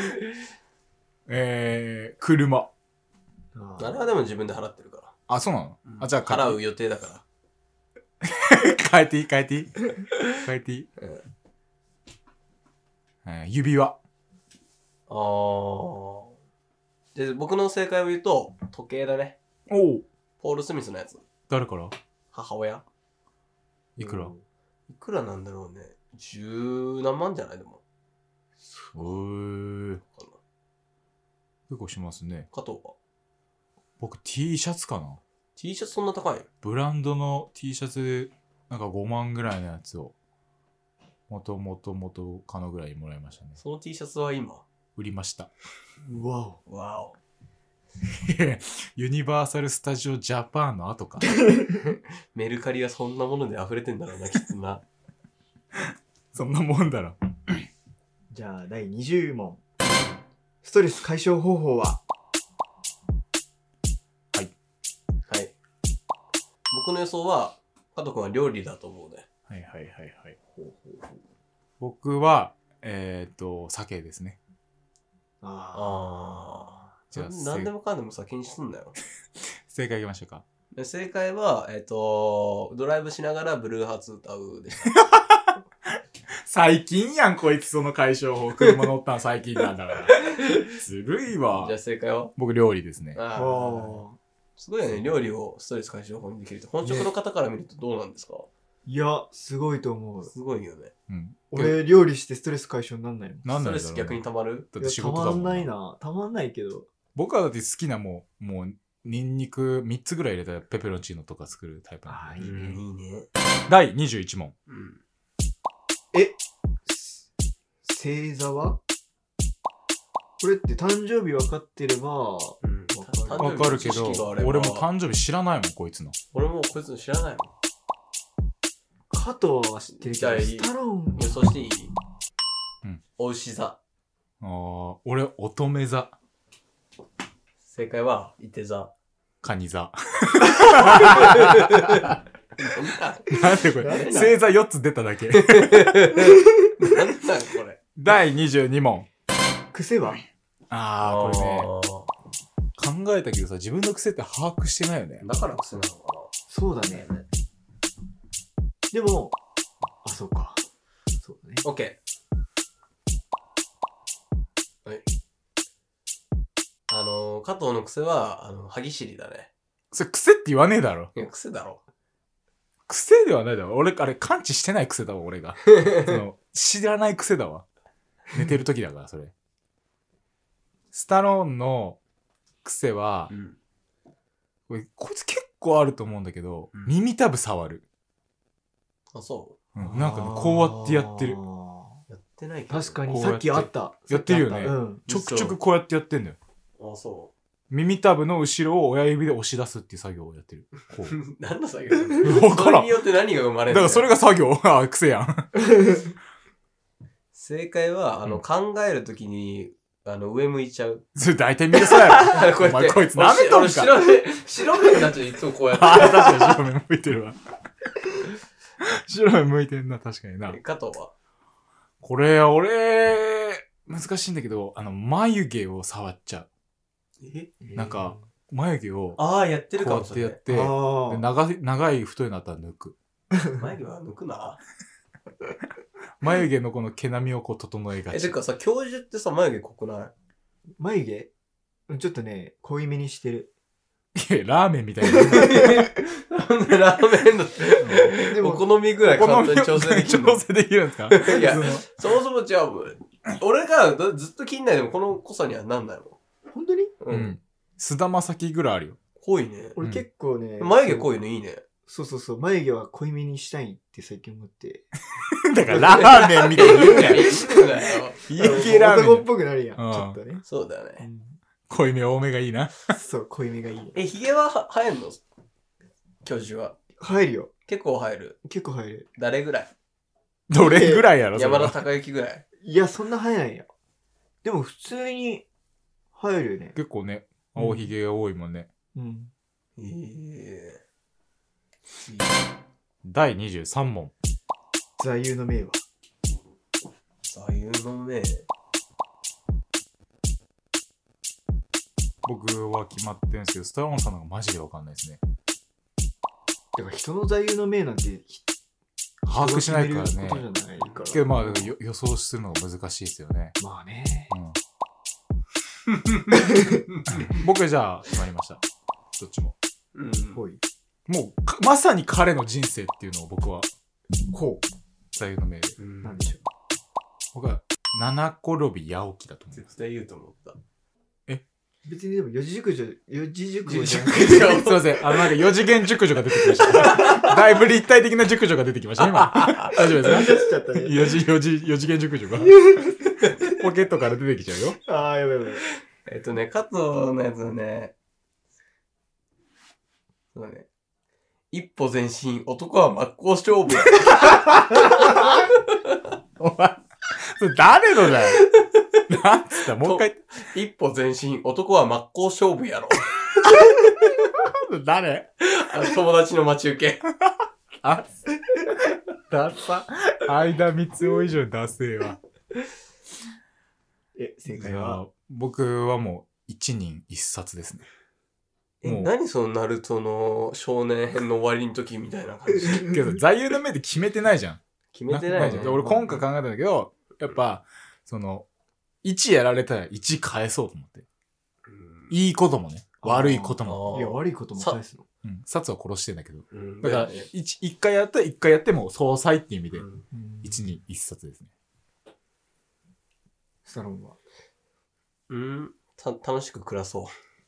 車。 あれはでも自分で払ってるから。 あ、そうなの？あ、じゃあ払う予定だから。 変えていい指輪。 で、僕の正解を言うと、時計だね。 おう。 ポール・スミスのやつ。 誰から？ 母親。 いくら？ いくらなんだろうね。10何万じゃないでも。 結構しますね。 加藤は？ 僕 T シャツかな。 T シャツそんな高い？ ブランドの T シャツなんか5万ぐらいのやつを元カノぐらいもらいましたね。 その T シャツは今売りました。 わおユニバーサル・スタジオ・ジャパンの後か。 メルカリはそんなもので溢れてんだろうな、きっとな。 そんなもんだろ。 じゃあ第20問。ストレス解消方法は？ はい。僕の予想は、加藤君は料理だと思うね。 はい。僕は、酒ですね。 じゃあ何でもかんでも先にすんなよ。 正解いきましょうか。 正解は、ドライブしながらブルーハーツ歌うでした。 最近やん、こいつその解消法。車乗ったの最近なんだから。ずるいわ。 じゃあ正解は？ 僕料理ですね。 すごいよね、料理をストレス解消法にできるって。本職の方から見るとどうなんですか？ いや、すごいと思う。 すごいよね。 俺、料理してストレス解消になんないの？ストレス逆にたまる？ だって仕事だもん。 たまんないけど。 僕はだって好きなもうニンニク3つぐらい入れたらペペロンチーノとか作るタイプなんで。 いいね。 第21問。 星座は？これって誕生日分かってれば、 分かるけど、俺も誕生日知らないもん、こいつの。 俺もこいつの知らないもん。 加藤は知ってるけど、スタローン予想していい？お牛座。 俺、乙女座。 正解は、いて座。 カニ座。なんでこれ星座4つ出ただけ。 なんだこれ。 第22問。 癖は？ これね。考えたけどさ、自分の癖って把握してないよね。 だから癖なのかな。 そうだね。でも、そうか。そうだね。 OK。はい。加藤の癖は、歯ぎしりだね。 それ癖って言わねえだろ。 いや、癖だろ。 癖ではないだろ。俺、あれ、感知してない癖だわ、俺が。知らない癖だわ。寝てる時だから、それ。スタローンの癖は、こいつ結構あると思うんだけど、耳たぶ触る。 あ、そう？ なんかね、こうやってやってる。 やってないけど。 確かに、さっきあった。 やってるよね。ちょくちょくこうやってやってんだよ。 あ、そう。 耳たぶの後ろを親指で押し出すっていう作業をやってる。こう。 何の作業？ わからん。 それによって何が生まれるだからそれが作業。癖やん。 正解は、考えるときに、上向いちゃう。 それ大体みんなそうやろ。お前こいつ舐めとんか。白目になっちゃう、いつもこうやって。 確かに白目向いてるわ。白目向いてんな、確かにな。 加藤は？ これ、俺、難しいんだけど、眉毛を触っちゃう。なんか、眉毛を、 やってるかもしれない。 こうやってやって、長い太いのあったら抜く。 眉毛は抜くな。 眉毛のこの毛並みをこう整えがち。 てかさ、教授ってさ、眉毛濃くない？ 眉毛ちょっとね、濃いめにしてる。 いや、ラーメンみたいな。 なんでラーメンのでもお好みぐらい簡単に調整できる調整できるんですか？ いや、そもそも違う。俺がずっと気にないでもこの濃さにはなんないもん。 本当に？ うん。菅田将暉ぐらいあるよ。 濃いね。 俺結構ね。 眉毛濃いのいいね。 そうそうそう。眉毛は濃いめにしたいって最近思って。 だからラーメンみたいに言うなよ。 家系ラーメン。男っぽくなるやん。ちょっとね。 そうだよね。 濃いめ多めがいいな。 そう、濃いめがいい。 髭は生えんの？教授は。 生えるよ。 結構生える。 結構生える。 誰ぐらい？ どれぐらいやろ？ 山田孝之ぐらい。 いや、そんな生えないよ。でも普通に生えるよね。 結構ね、青ひげが多いもんね。 うん。 第23問。 座右の銘は？ 座右の銘。 僕は決まってるんですけど、スタローンさんの方がマジでわかんないですね。 だから人の座右の銘なんて把握しないからね。けどまあ予想するのが難しいですよね。 まあね。 うん、僕じゃあ決まりました。どっちも。 うん。 もうまさに彼の人生っていうのを僕は座右の銘で。 なんでしょう。 僕は七転び八起きだと思う。 絶対言うと思った。 別にでも四字熟語じゃなくてすいません。なんか四次元熟女が出てきました。だいぶ立体的な熟女が出てきましたね、今。大丈夫ですか？四次元熟女が。ポケットから出てきちゃうよ。 ああ、やばいやばい。加藤のやつはね、そうね。一歩前進、男は真っ向勝負や。 お前、それ誰のだよ。なんつったもう一回。 一歩前進、男は真っ向勝負やろ。 誰？ 友達の待ち受け。 ダサ。相田光雄以上ダセえわ。 正解は？ 僕はもう一人一冊ですね。 何そのナルトの少年編の終わりの時みたいな感じ。 けど座右の銘って決めてないじゃん。 決めてないじゃん。 俺今回考えたんだけど、やっぱ、1やられたら1返そうと思って。いいこともね、悪いことも。 いや、悪いことも返すの。 うん。殺は殺してんだけど。だから、1回やったら1回やっても総裁っていう意味で、1に1冊ですね。 スタロンは？ 楽しく暮らそう。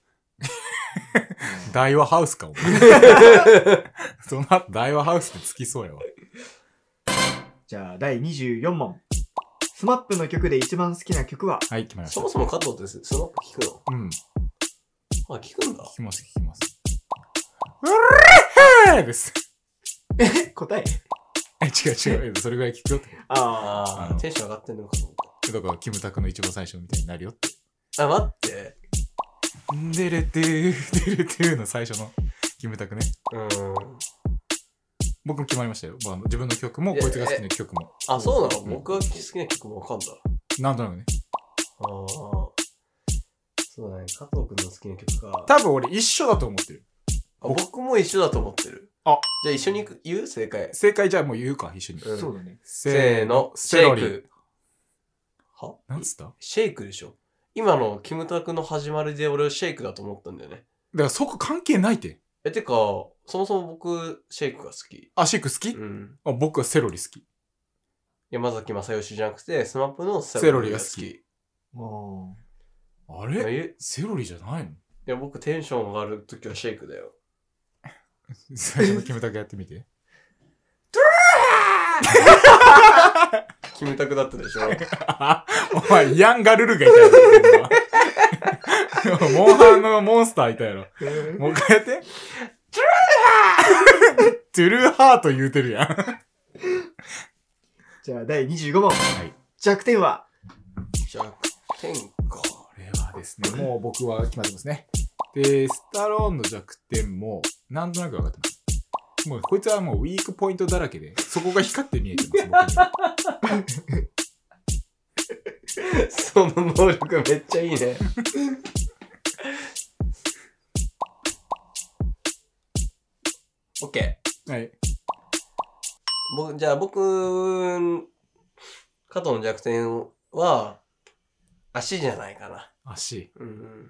大和ハウスか、お前。その後、大和ハウスでつきそうやわ。 じゃあ、第24問。スマップの曲で一番好きな曲は？ はい、決まりました。 そもそも加藤ってスマップ聞くの？ うん。 あ、聞くんだ。 聞きます。うるへーです。 答え？ 違う。それぐらい聞くよって。 テンション上がってんのかと思った。 だから、キムタクの一番最初みたいになるよって。 待って。 デレテーの最初のキムタクね。僕も決まりましたよ。自分の曲も、こいつが好きな曲も。 そうなの？僕が好きな曲もわかんだ。 なんとなくね。 そうだね。加藤くんの好きな曲か。 多分俺一緒だと思ってる。 僕も一緒だと思ってる。じゃあ一緒に言う？正解。 正解じゃあもう言うか、一緒に。 そうだね。 せーの、シェイク。は？ なんつった？ シェイクでしょ。今のキムタクの始まりで俺はシェイクだと思ったんだよね。 だからそこ関係ないって。 てか、そもそも僕、シェイクが好き。 シェイク好き？僕はセロリ好き。 山崎正義じゃなくて、スマップのセロリが好き。 あれ？セロリじゃないの？いや、僕テンション上がるときはシェイクだよ。 最初のキムタクやってみて。 キムタクだったでしょ。 お前、ヤンガルルがいたやろ。モンハンのモンスターいたやろ。もう一回やって。トゥルーハート言うてるやん。 じゃあ、第25問。弱点は？ 弱点か。 これはですね、もう僕は決まってますね。で、スタローンの弱点も、なんとなく分かってます。もうこいつはもうウィークポイントだらけで、そこが光って見えてます、僕に。 その能力めっちゃいいね。OK。 はい。 じゃあ僕加藤の弱点は、足じゃないかな。 足。 うん。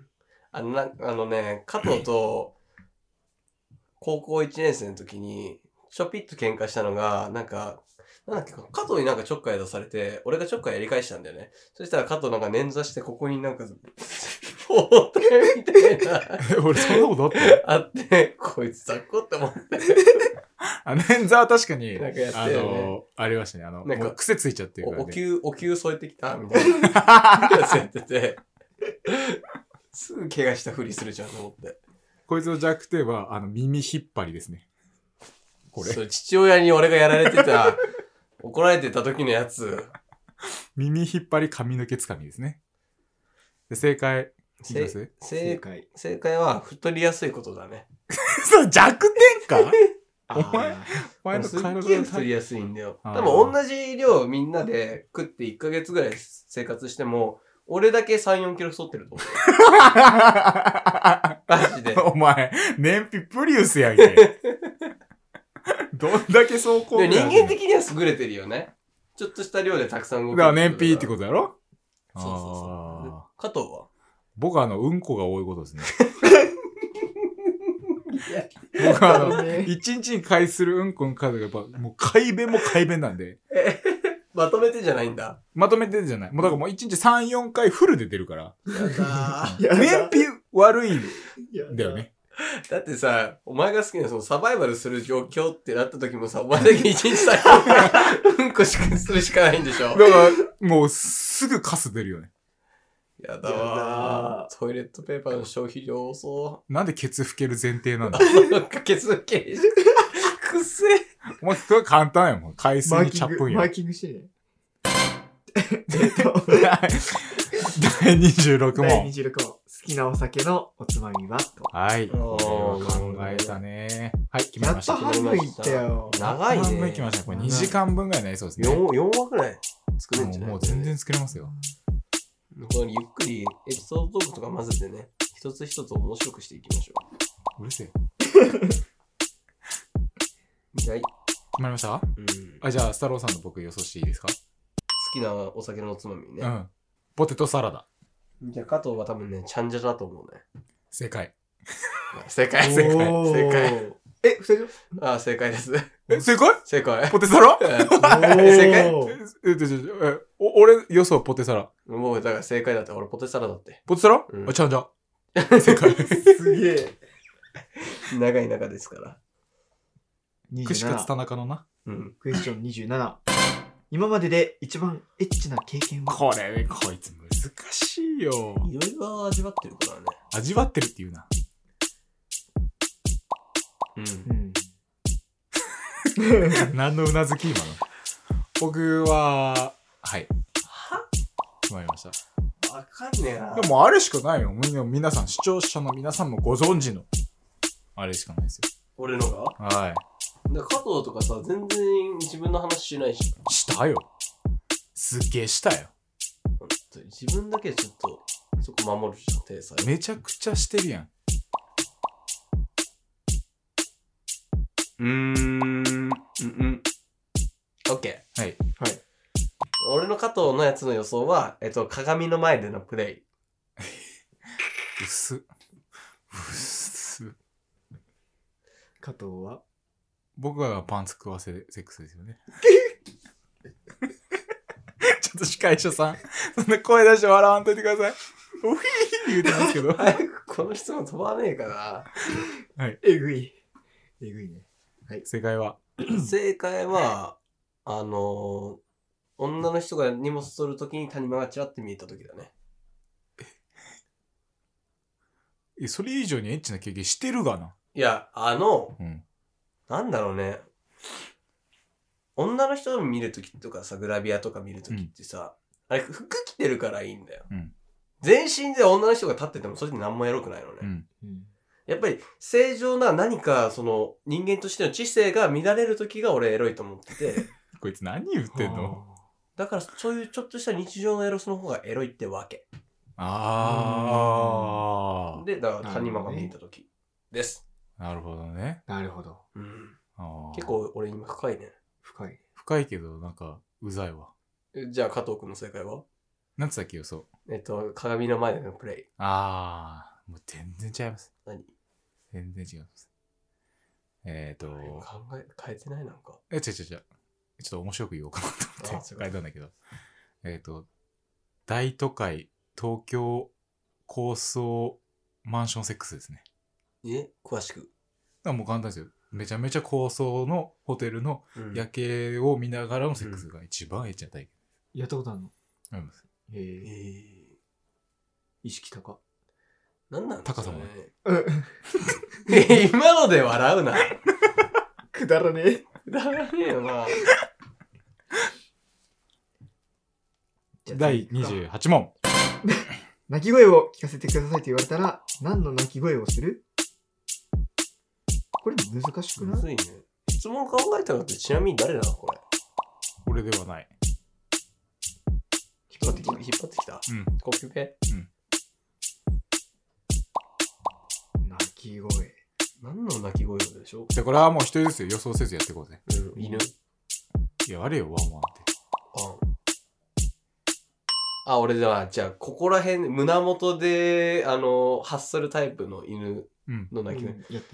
加藤と、高校1年生の時に、ちょぴっと喧嘩したのが、なんだっけ、加藤になんかちょっかい出されて、俺がちょっかいやり返したんだよね。そしたら加藤なんか捻挫して、ここになんか、包帯みたいな。 俺そんなことあって、こいつ雑魚って思って。 捻挫は確かに、 なんかやってるね。 ありましたね。もう癖ついちゃってるから、 ね。お灸添えてきたみたいなやつやってて、すぐ怪我したふりするじゃんと思って。 こいつの弱点は、耳引っ張りですね。これ。 そう、父親に俺がやられてた、怒られてた時のやつ。 耳引っ張り髪の毛つかみですね。で、正解。 正解は太りやすいことだね。 そう、弱点かお前の体が太りやすいんだよ。でも同じ量みんなで食って1ヶ月ぐらい生活しても、俺だけ3、4キロ太ってると思う。マジで。 お前、燃費プリウスやんけ。どんだけ走行人間的には優れてるよね。ちょっとした量でたくさん動く。 だから燃費ってことやろ？ そう。加藤は僕はうんこが多いことですね。僕は一日に回するうんこの数がやっぱもう快便も快便なんで。 まとめてじゃないんだ。 まとめてじゃない。もうだからもう一日3、4回フルで出るから。 やだ燃費悪いんだよね。 だってさ、お前が好きなそのサバイバルする状況ってなった時もさ、お前だけ一日3、4回うんこするしかないんでしょ。 だからもうすぐカス出るよね。 やだわー。トイレットペーパーの消費量多そう。 なんでケツ拭ける前提なんだケツ拭け。くっせえ。 お前、これ簡単やもん。海水にチャップンや。 マーキングしてね。 第26問。 第26問。好きなお酒のおつまみはと。 はい。考えたね。はい、決まりました。 やっと半分いったよ。 長いね。 半分いきました。これ2時間分ぐらいになりそうですね。 4話ぐらい作れるんじゃない？ もう全然作れますよ。 ゆっくりエピソードトークとか混ぜてね、一つ一つ面白くしていきましょう。うるせえ。 はい。 決まりました？じゃあ、スタローさんの僕予想していいですか？ 好きなお酒のおつまみね。 ポテトサラダ。 じゃあ、加藤は多分ね、ちゃんじゃだと思うね。 正解。 正解。 正解。正解？ あ、正解です。 正解？ 正解。 ポテサラ？ 正解？ 俺予想ポテサラ。 もうだから正解だって。俺ポテサラだって。 ポテサラ？ちゃんじゃ。正解。 すげえ。 長い中ですから。 串カツ田中のな。 クエスチョン27。今までで一番エッチな経験は？ これ、こいつ難しいよ。 いろいろ味わってるからね。 味わってるって言うな。何のうなずき今の。僕は、はい。決まりました。 わかんねえな。 でもあれしかないよ。皆さん、視聴者の皆さんもご存知の。あれしかないですよ。 俺のが？ はい。 加藤とかさ、全然自分の話しないし。 したよ。すっげえしたよ。 自分だけちょっと、そこ守るじゃん、体裁。 めちゃくちゃしてるやん。 オッケー。はい。 はい。 俺の加藤のやつの予想は、鏡の前でのプレイ。 薄っ。 加藤は僕はパンツ食わせセックスですよね。ちょっと司会者さん、そんな声出して笑わんといてください。おひー言うてますけど。 早くこの質問飛ばねえかな。 はい。えぐいね。はい。 正解は女の人が荷物取るときに谷間がチラって見えたときだね。 それ以上にエッチな経験してるがな。 いや、なんだろうね。女の人を見るときとかさ、グラビアとか見るときってさ、あれ服着てるからいいんだよ。全身で女の人が立っててもそれって何もエロくないのね。やっぱり正常な何かその人間としての知性が乱れるときが俺エロいと思ってて。 こいつ何言ってんの？ だからそういうちょっとした日常のエロスの方がエロいってわけ。で、だから谷間が見えたときです。 なるほどね。 なるほど。 結構俺今深いね。 深いけどなんかうざいわ。 じゃあ加藤くんの正解はなんつったっけ予想。 鏡の前でのプレイ。 もう全然違います。 何？ 全然違います。 変えてないなんか。 違う。ちょっと面白く言おうかなと思って変えたんだけど。大都会、東京高層マンションセックスですね。 詳しく。 もう簡単ですよ。めちゃめちゃ高層のホテルの夜景を見ながらのセックスが一番エッチな体験です。 やったことあるの？ あります。 意識高。 なんなん高さもね。 今ので笑うな。 くだらねえ。 くだらねえよな。 第28問。 鳴き声を聞かせてくださいと言われたら何の鳴き声をする？これ難しくない？ むずいね。質問考えたのってちなみに誰なのこれ？ 俺ではない。 引っ張ってきた。コピペ。 鳴き声。 何の鳴き声でしょ？ で、これはもう一人ずつ予想せずやっていこうぜ。 犬。 いや、あれよ、ワンワンって。 俺では、じゃあ、ここら辺、胸元で、発するタイプの犬の鳴き声。 やって。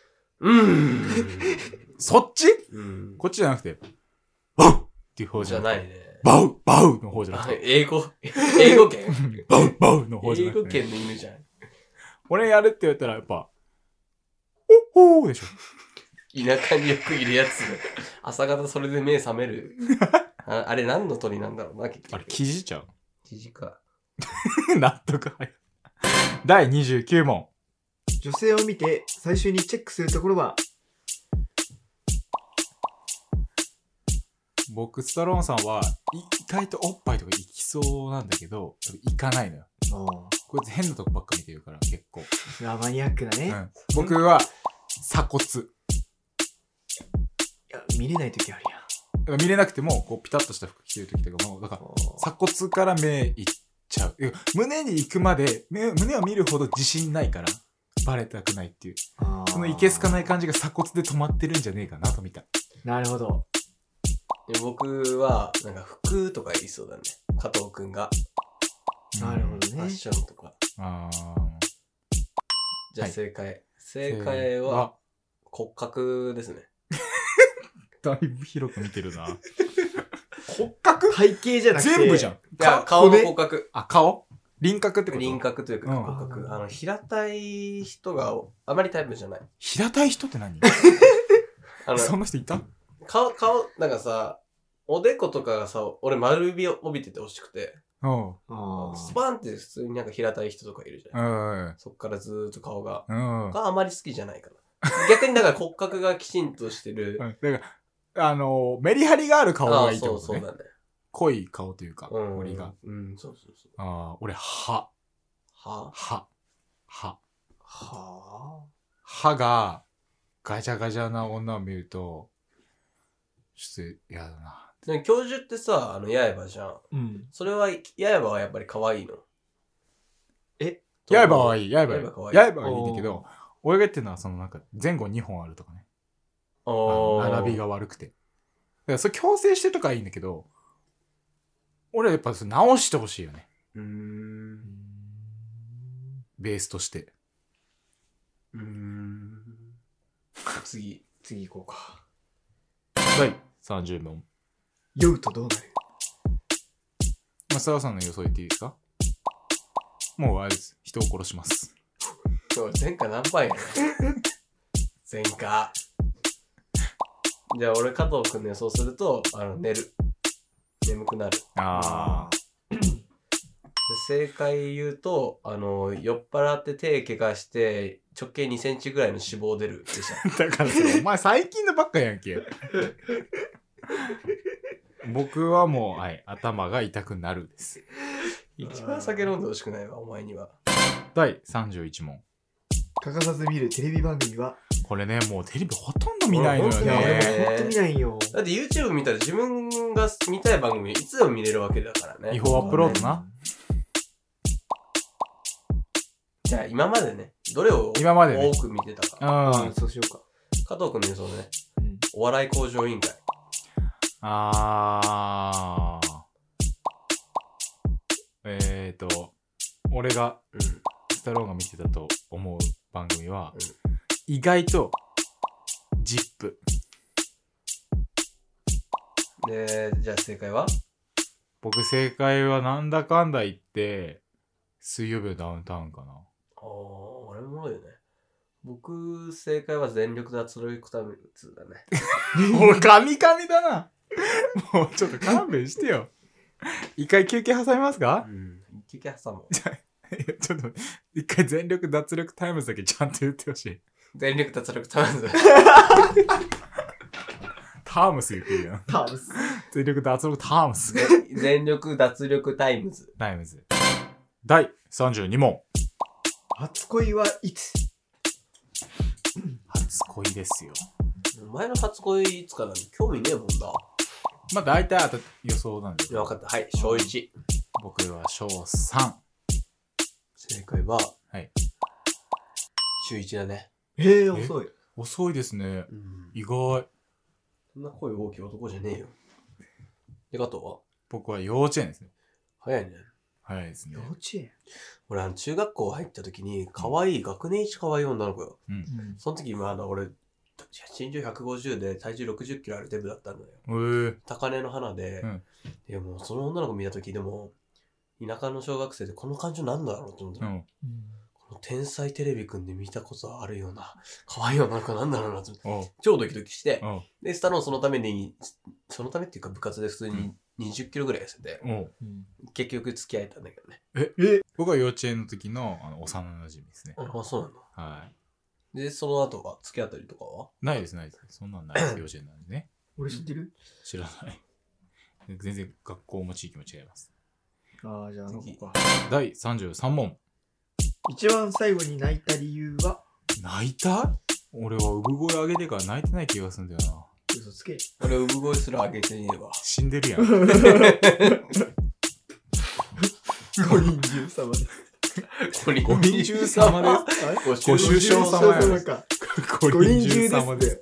そっち？こっちじゃなくて、バウっていう方じゃないね。バウの方じゃなくて。 英語圏バウの方じゃなくて。 英語圏の犬じゃん。 俺やるって言われたら、やっぱ、おでしょ。 田舎によくいるやつ。朝方それで目覚める。あれ何の鳥なんだろうな、 あれ、キジちゃう？ キジか。 納得。第29問。 女性を見て最初にチェックするところは？ 僕、スタローンさんは意外とおっぱいとか行きそうなんだけど、行かないのよ。こいつ変なとこばっか見てるから、結構。 マニアックなね。 僕は鎖骨。いや、見れないときあるやん。 見れなくても、こうピタッとした服着てるときとかも、だから鎖骨から目いっちゃう。胸に行くまで、胸を見るほど自信ないから、バレたくないっていう。そのいけすかない感じが鎖骨で止まってるんじゃねえかなと見た。 なるほど。 僕は、なんか服とか言いそうだね。加藤くんが。 なるほどね。 ファッションとか。じゃあ正解。はい、正解は骨格ですね。 だいぶ広く見てるな。骨格？ 体型じゃなくて。 全部じゃん。 いや、顔の骨格。 顔？輪郭ってこと？ 輪郭というか骨格。平たい人があまりタイプじゃない。 平たい人って何？そんな人いた？ 顔、なんかさ、おでことかがさ、俺丸みを帯びててほしくて。スパンって普通になんか平たい人とかいるじゃん。そっからずーっと顔が。があまり好きじゃないかな。逆にだから骨格がきちんとしてる。 だからメリハリがある顔がいいってことね。 そうだね。 濃い顔というか、彫りが。 そうそうそう。 俺、歯がガジャガジャな女を見ると、ちょっと嫌だな。 教授ってさ、刃じゃん。それは、刃はやっぱり可愛いの？ 刃はいい。刃はいいんだけど、俺が言ってるのは、そのなんか前後2本あるとかね。並びが悪くて。だからそれ矯正してとかはいいんだけど、俺はやっぱ直してほしいよね。ベースとして。 次行こうか。 第30問。 酔うとどうなる？ 松田さんの予想言っていいですか？もうあれです。人を殺します。 前科何番やね前科。じゃあ俺加藤くんの予想すると、寝る。眠くなる。正解言うと、酔っ払って手怪我して直径2センチぐらいの脂肪出るでした。 だからそれお前最近のばっかやんけ。僕はもう、頭が痛くなるです。 一番酒飲んでほしくないわ、お前には。 第31問。 欠かさず見るテレビ番組は？ これね、もうテレビほとんど見ないのよね。 ほんと見ないよ。 だって YouTube 見たら自分が見たい番組いつでも見れるわけだからね。 違法アップロードな。 じゃあ今までね、どれを多く見てたか。そうしようか。 加藤くんの予想ね。お笑い向上委員会。 俺がスタローンが見てたと思う番組は、意外とジップで、じゃあ正解は？ 僕正解はなんだかんだ言って水曜日のダウンタウンかな。 ああ、あれもろいよね。僕正解は全力脱力タイムズだね。 もうカミカミだな。もうちょっと勘弁してよ。一回休憩挟みますか？ 休憩挟もう。 ちょっと一回全力脱力タイムズだけちゃんと言ってほしい。 全力脱力タイムズ。 タームス言ってるやん。 タームス。 全力脱力タームス。 全力脱力タイムズ。 タイムズ。第32問。 初恋はいつ？ 初恋ですよ。 お前の初恋いつかなんて興味ねえもんな。 まあ大体予想なんで。 分かった。はい、小1。 僕は小3。 正解は、 はい。 中1だね。 遅い。 遅いですね。意外。 そんな声大きい男じゃねえよ。で、加藤は？ 僕は幼稚園ですね。 早いね。 早いですね。 幼稚園？ 俺、中学校入った時に、可愛い、学年一可愛い女の子よ。その時、俺、身長150で体重60キロあるデブだったんだよ。高嶺の花で、でもその女の子見た時でも、田舎の小学生でこの感情なんだろうと思った、この天才テレビくんで見たことあるような可愛い女の子なんだろうなと思って、超ドキドキして、で、スタローンそのためっていうか部活で普通に20キロぐらい痩せて、結局付き合えたんだけどね。 僕は幼稚園の時の幼馴染ですね。 あ、そうなんだ。 はい。 で、その後は付き合ったりとかは？ ないです。そんなんないです。幼稚園なんでね。 俺知ってる？ 知らない。全然学校も地域も違います。 ああ、じゃあ次か。 第33問。 一番最後に泣いた理由は？ 泣いた？俺は産声上げてから泣いてない気がするんだよな。 嘘つけ。 俺産声すら上げてねえわ。 死んでるやん。 五人中様です。 五人中様です。ご首相様やろ。五人中様です。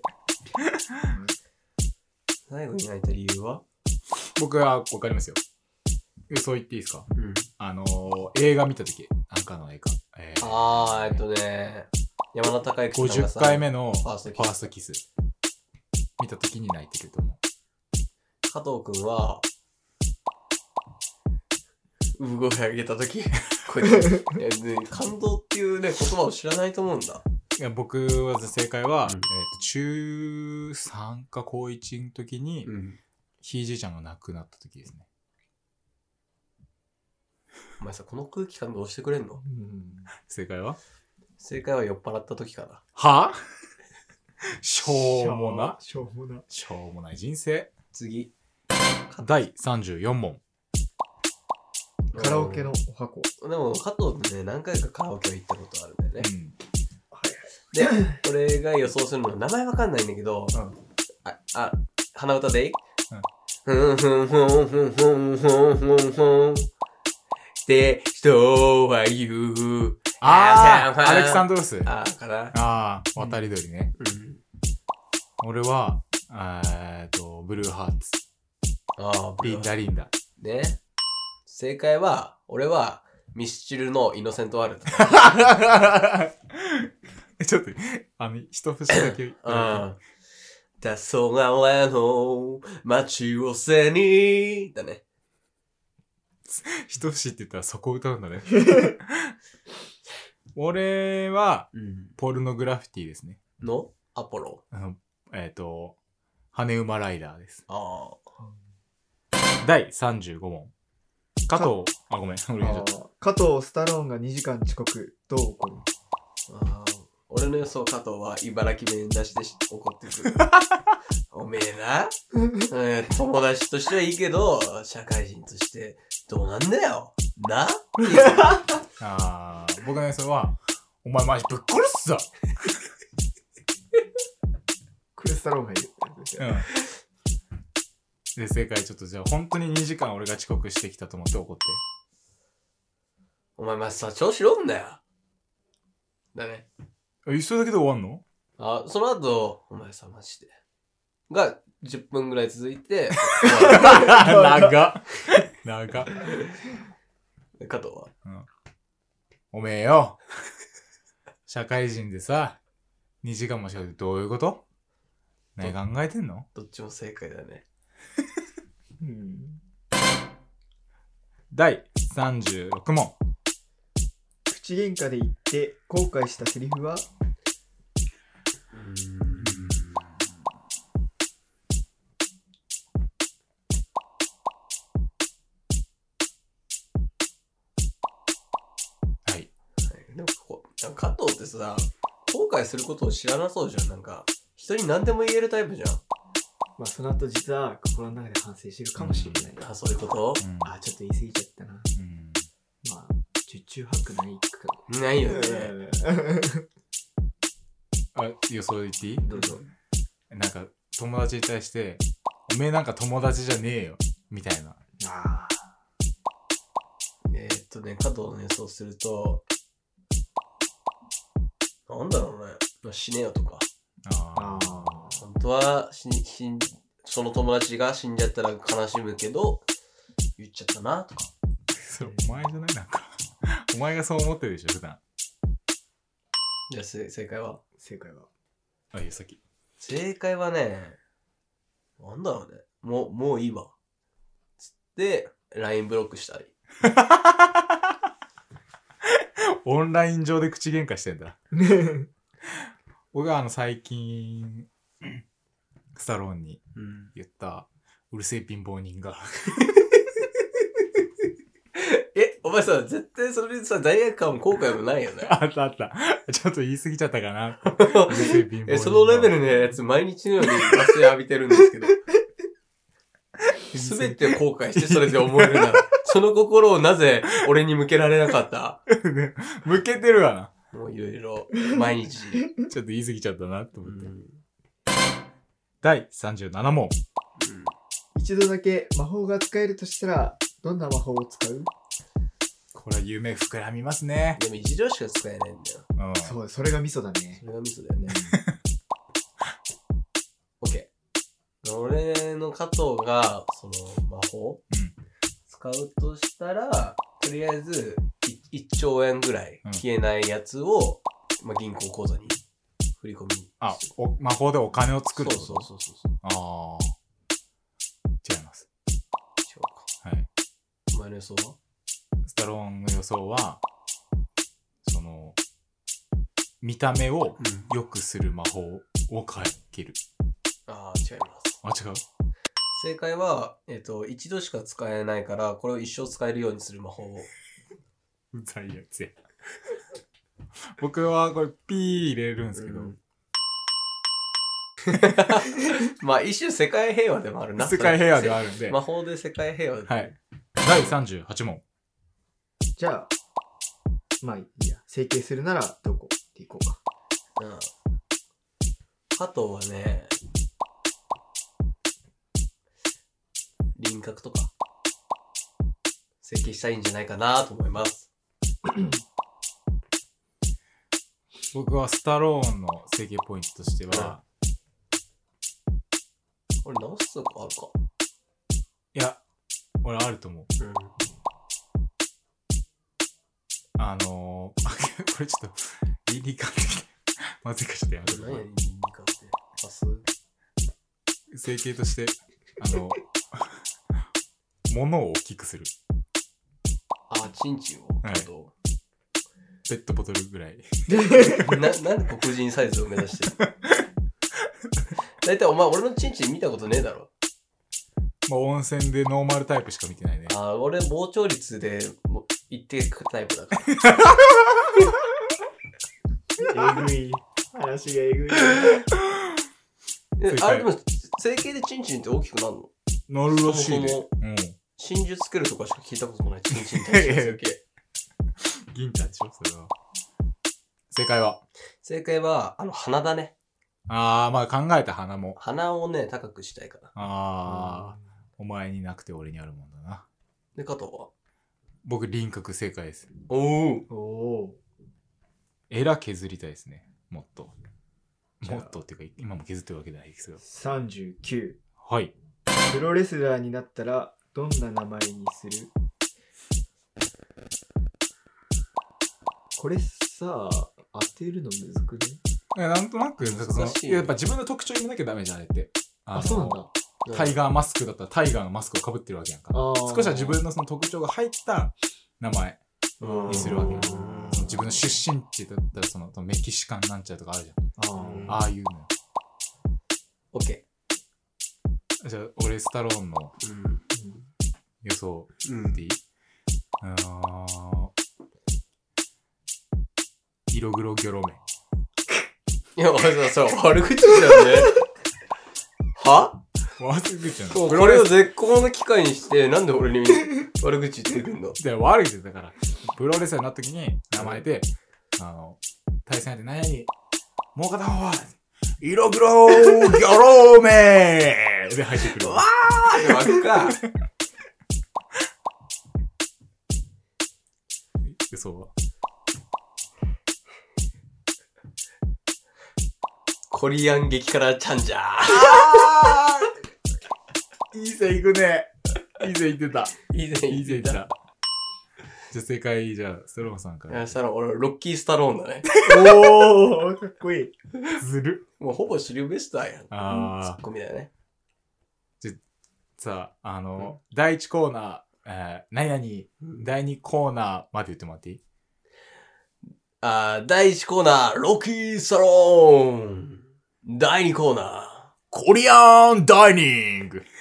最後に泣いた理由は？ 僕は分かりますよ。そう言っていいですか？映画見たとき、なんかの映画。 山田孝之さんが 50回目のファーストキス。見たときに泣いてると思う。 加藤くんは、産声上げたとき、これ、感動っていうね、言葉を知らないと思うんだ。 いや、僕は正解は、中3か高1の時に、ひいじいちゃんが亡くなった時ですね。 お前さ、この空気感どうしてくれんの？ 正解は酔っ払った時かな。 は？しょうもない人生。 次。 第34問。 カラオケのお箱。 でも、加藤ってね、何回かカラオケは行ったことあるんだよね。で、俺が予想するのは、名前わかんないんだけど、鼻歌でいい？ふんふんふんふんふんふんふんふんって人は言う。 アレクサンドロス。 かな。 渡り鳥ね。俺は、ブルーハーツ。リンダリンダ。 ね。正解は、俺は、ミスチルのイノセントワールド。 ちょっと、一節だけ。 黄昏の街を背に、だね。 一節って言ったらそこ歌うんだね。俺は、ポルノグラフィティですね。 のアポロ。 羽馬ライダーです。第35問。加藤、ごめん、俺がちょっと。 加藤スタローンが2時間遅刻、どう怒る？ 俺の予想加藤は茨城弁出しで怒ってくる。おめえな、友達としてはいいけど、社会人としてどうなんだよな。 僕の予想は、お前マジぶっ殺すぞ。 クリスタローンがいるってですよ。 で、正解ちょっとじゃあ本当に2時間俺が遅刻してきたと思って怒って。 お前まさ、調子乗んなよ。だね。 それだけで終わんの？ その後、お前さ、マジで。が、10分ぐらい続いて、 長っ。 加藤は、 おめえよ。社会人でさ、2時間もしかしてどういうこと？何考えてんの？ どっちも正解だね。 第36問。 口喧嘩で言って後悔したセリフは？ はい。 でも加藤ってさ、後悔することを知らなそうじゃん。なんか人に何でも言えるタイプじゃん。 まあその後実は心の中で反省してるかもしれない。 あ、そういうこと？ あ、ちょっと言い過ぎちゃったな。まあ十中八九ないか。 ないよね。 あ、予想言っていい？ どうぞ。 なんか友達に対しておめえなんか友達じゃねえよみたいな。 加藤の予想すると、なんだろうね。死ねよとか。本当はその友達が死んじゃったら悲しむけど言っちゃったなとか。 それお前じゃない？なんかお前がそう思ってるでしょ普段。 じゃあ正解は？ あ、いやさっき。 正解はね、なんだろうね。もういいわ。つって LINE ブロックしたり。 オンライン上で口喧嘩してんだ。僕は最近スタローンに言った、うるせえ貧乏人がお前さ、絶対それでさ、罪悪感も後悔もないよね。 あった。ちょっと言い過ぎちゃったかな。うるせえ貧乏人そのレベルのやつ毎日のように罵声浴びてるんですけど。すべて後悔してそれで思えるなら、その心をなぜ俺に向けられなかった？ 向けてるわな。 もういろいろ、毎日。 ちょっと言い過ぎちゃったなと思って。第37問。 一度だけ魔法が使えるとしたら、どんな魔法を使う？ これは夢膨らみますね。 でも一度しか使えないんだよ。 そう、それがミソだね。 それがミソだよね。OK。俺の加藤が、その魔法、使うとしたら、とりあえず1兆円ぐらい消えないやつを、銀行口座に振り込み。 魔法でお金を作る。 そう。 違います。 違うか。 はい。 お前の予想は？ スタローンの予想は、見た目を良くする魔法をかける。 違います。 違う。 正解は、一度しか使えないから、これを一生使えるようにする魔法を。 うざいやつや。僕はこれピー入れるんですけど。 一種世界平和でもあるな。 世界平和ではあるんで。 魔法で世界平和で。 はい。第38問。 じゃあ、いいや。整形するならどこっていこうか。 加藤はね、輪郭とか整形したいんじゃないかなと思います。 僕はスタローンの整形ポイントとしては、 俺直すとこあるか？ いや、俺あると思う。これちょっと理解できてまずいかちょっとやめて。 何やねん、理解ってパス整形として物を大きくする。 チンチンを、 はい、ペットボトルぐらいなんで黒人サイズを目指してる？だいたいお前俺のチンチン見たことねえだろ。 温泉でノーマルタイプしか見てないね。 俺膨張率で一定いくタイプだからえぐい話がえぐい。 でも整形でチンチンって大きくなるの？ なるらしいね。 真珠つけるとかしか聞いたことない。チンチンって整形。 銀ちゃんでしょそれは。 正解は鼻だね。 考えた鼻も。 鼻をね高くしたいから。 お前になくて俺にあるもんだな。 で加藤は？ 僕輪郭正解です。 お。 エラ削りたいですね。もっとっていうか今も削ってるわけじゃないですけど。 39。 はい。 プロレスラーになったらどんな名前にする？ これさ、当てるのむずくね？ なんとなく、 難しいやっぱ自分の特徴言わなきゃダメじゃん、あれって。 そうなんだ。 タイガーマスクだったらタイガーのマスクを被ってるわけやんか。少しは自分のその特徴が入った名前にするわけやん。自分の出身地だったらそのメキシカンなんちゃらとかあるじゃん。ああいうの。 オッケー。じゃあ、俺スタローンの予想でいい？色黒ギョロメ。 いや、それ悪口じゃんね。は？ 悪口なの？ これを絶好の機会にして、なんで俺に悪口言ってくんの？ で、悪口だから、プロレスラーになった時に名前で、対戦相手何々、もう片方は、色黒ギョロメーで入ってくる。 わーって枠か。 そう。 コリアン激辛チャンジャー。 いい線いくね。いい線いってた。 いい線いってた。 じゃあ正解、じゃあ、ストローンさんから。 いや、したら俺、ロッキースタローンだね。 おー、かっこいい。 ずる。 もうほぼシルベスターやん。 あツッコミだよね。 さあ、第1コーナー、何々、第2コーナーまで言ってもらっていい？ 第1コーナー、ロッキースタローン。第2コーナー、 コリアンダイニング。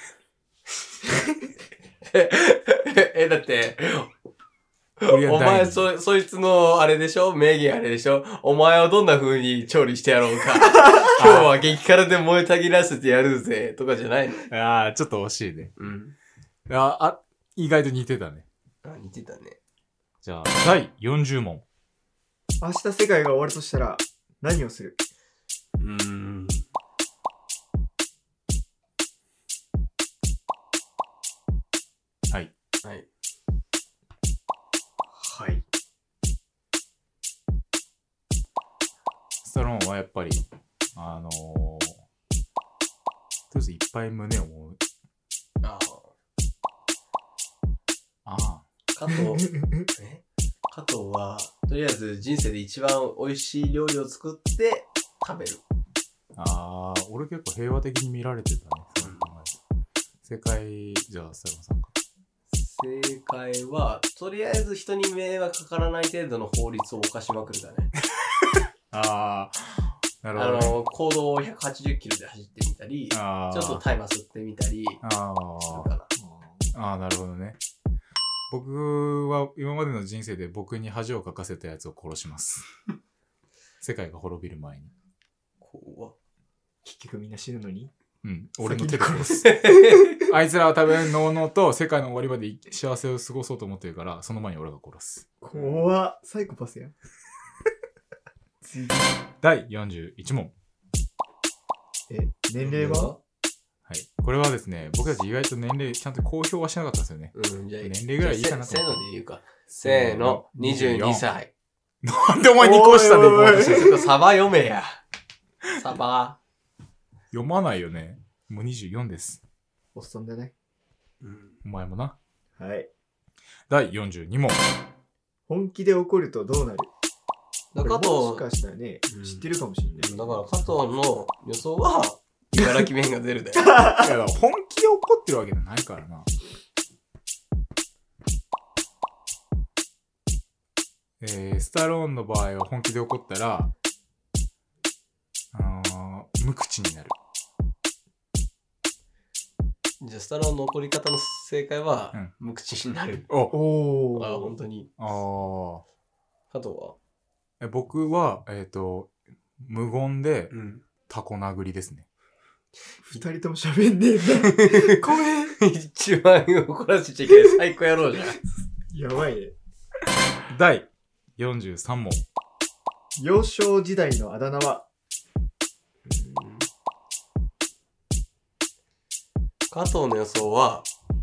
だって、お前、そいつのあれでしょ？名言あれでしょ？お前はどんな風に調理してやろうか。今日は激辛で燃えたぎらせてやるぜ。とかじゃないの？ ちょっと惜しいね。 うん。 意外と似てたね。 似てたね。 じゃあ、第40問。 明日世界が終わるとしたら、何をする？ はい。 はい。 はい。 スタローンはやっぱり、とりあえずいっぱい胸を思う。 加藤は、とりあえず人生で一番美味しい料理を作って食べる。 俺結構平和的に見られてたね。正解、じゃあ、スタローンさんか。 正解は、とりあえず人に迷惑かからない程度の法律を犯しまくるだね。 なるほど、ね。 行動を180キロで走ってみたり、ちょっとタイマー吸ってみたり、するかな。なるほどね。僕は今までの人生で僕に恥をかかせたやつを殺します。世界が滅びる前に。 怖っ。 結局みんな死ぬのに？ うん。俺の手で殺す。あいつらは多分、のうのうと世界の終わりまで幸せを過ごそうと思ってるから、その前に俺が殺す。 怖っ。サイコパスやん。 第41問。 年齢は？ はい。これはですね、僕たち意外と年齢ちゃんと公表はしなかったんですよね。 じゃあ年齢ぐらいいいかなと思って。 せーので言うか。せーの、22歳。 なんでお前2個下で行こうとしてる？ ちょっとサバ読めや。サバ。 読まないよね。もう24です。 おっさんだね。 お前もな。 はい。 第42問。 本気で怒るとどうなる？ 加藤。 もしかしたらね、知ってるかもしれない。 だから加藤の予想は、茨城弁が出るだよ。 いや、本気で怒ってるわけじゃないからな。スタローンの場合は本気で怒ったら、無口になる。 じゃあ、スタローンの怒り方の正解は、無口になる。 おー。本当に。加藤は僕は、無言で、タコ殴りですね。 二人とも喋んねえんだ。怖え。 一番怒らせちゃいけない最高野郎じゃん。 やばいね。 第43問。 幼少時代のあだ名は？ 加藤の予想は、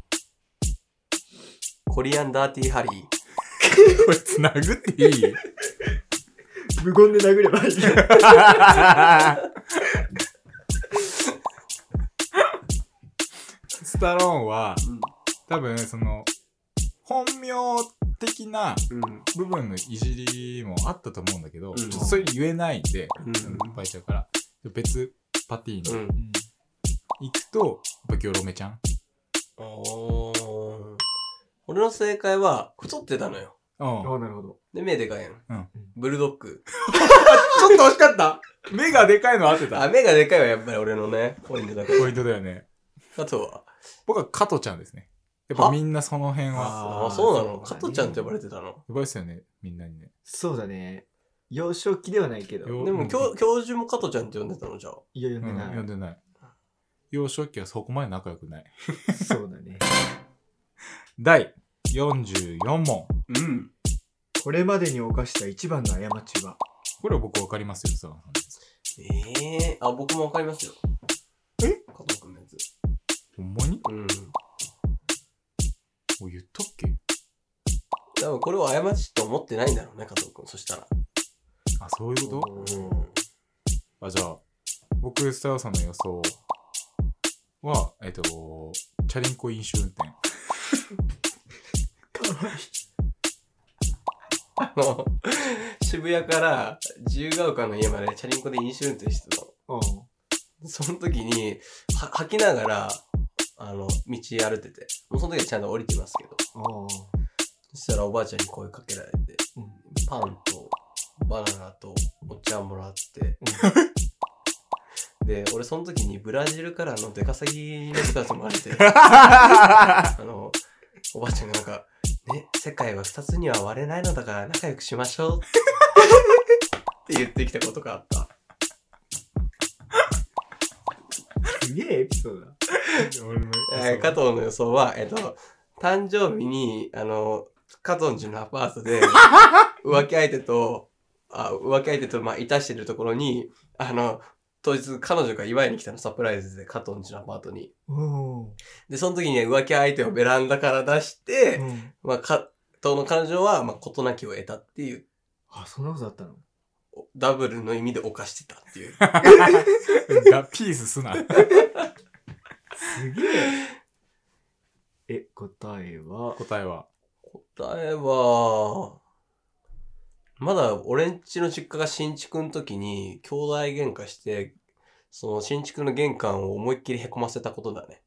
コリアンダーティーハリー。 こいつ殴っていい？ 無言で殴ればいい。 スタローンは、多分その本名的な部分のいじりもあったと思うんだけど、ちょっとそれ言えないんで、バイちゃうから、別パティーに行くと、やっぱギョロメちゃん。 俺の正解は、太ってたのよ。 なるほど。 で、目でかいの。ブルドッグ。 ちょっと惜しかった。目がでかいの合ってた。 目がでかいはやっぱり俺のね、ポイントだから。 ポイントだよね。 あとは僕は加トちゃんですね。やっぱみんなその辺は。 そうなの？加トちゃんって呼ばれてたの？ 呼ばれてたよね、みんなにね。 そうだね。幼少期ではないけど。 でも、教授も加トちゃんって呼んでたのじゃあ？ いや、呼んでない。 呼んでない。幼少期はそこまで仲良くない。 そうだね。 第44問。 これまでに犯した一番の過ちは？ これは僕わかりますよ、さ。 僕もわかりますよ。加藤くんのやつ。 ほんまに？言ったっけ？ 多分これを過ちと思ってないんだろうね、加藤くん。そしたら。 そういうこと？じゃあ、僕、スターさんの予想は、チャリンコ飲酒運転。 かわいい。 渋谷から自由が丘の家までチャリンコで飲酒運転してたの。その時に、吐きながら、道歩いてて、もうその時はちゃんと降りてますけど。そしたらおばあちゃんに声かけられて、パンとバナナとお茶もらって、で、俺その時にブラジルからの出稼ぎの人たちもあれて、おばあちゃんがなんか、ね、世界は2つには割れないのだから仲良くしましょうって言ってきたことがあった。 すげえエピソードだ。 加藤の予想は、誕生日に、加藤ん家のアパートで、浮気相手と、いたしてるところに、当日彼女が祝いに来たの、サプライズで加藤ん家のアパートに。で、その時に浮気相手をベランダから出して、加藤の彼女は、事なきを得たっていう。 そんなことだったの？ ダブルの意味で犯してたっていう。 ピースすな。 すげえ。答えは、 まだ俺んちの実家が新築の時に兄弟喧嘩して、その新築の玄関を思いっきりへこませたことだね。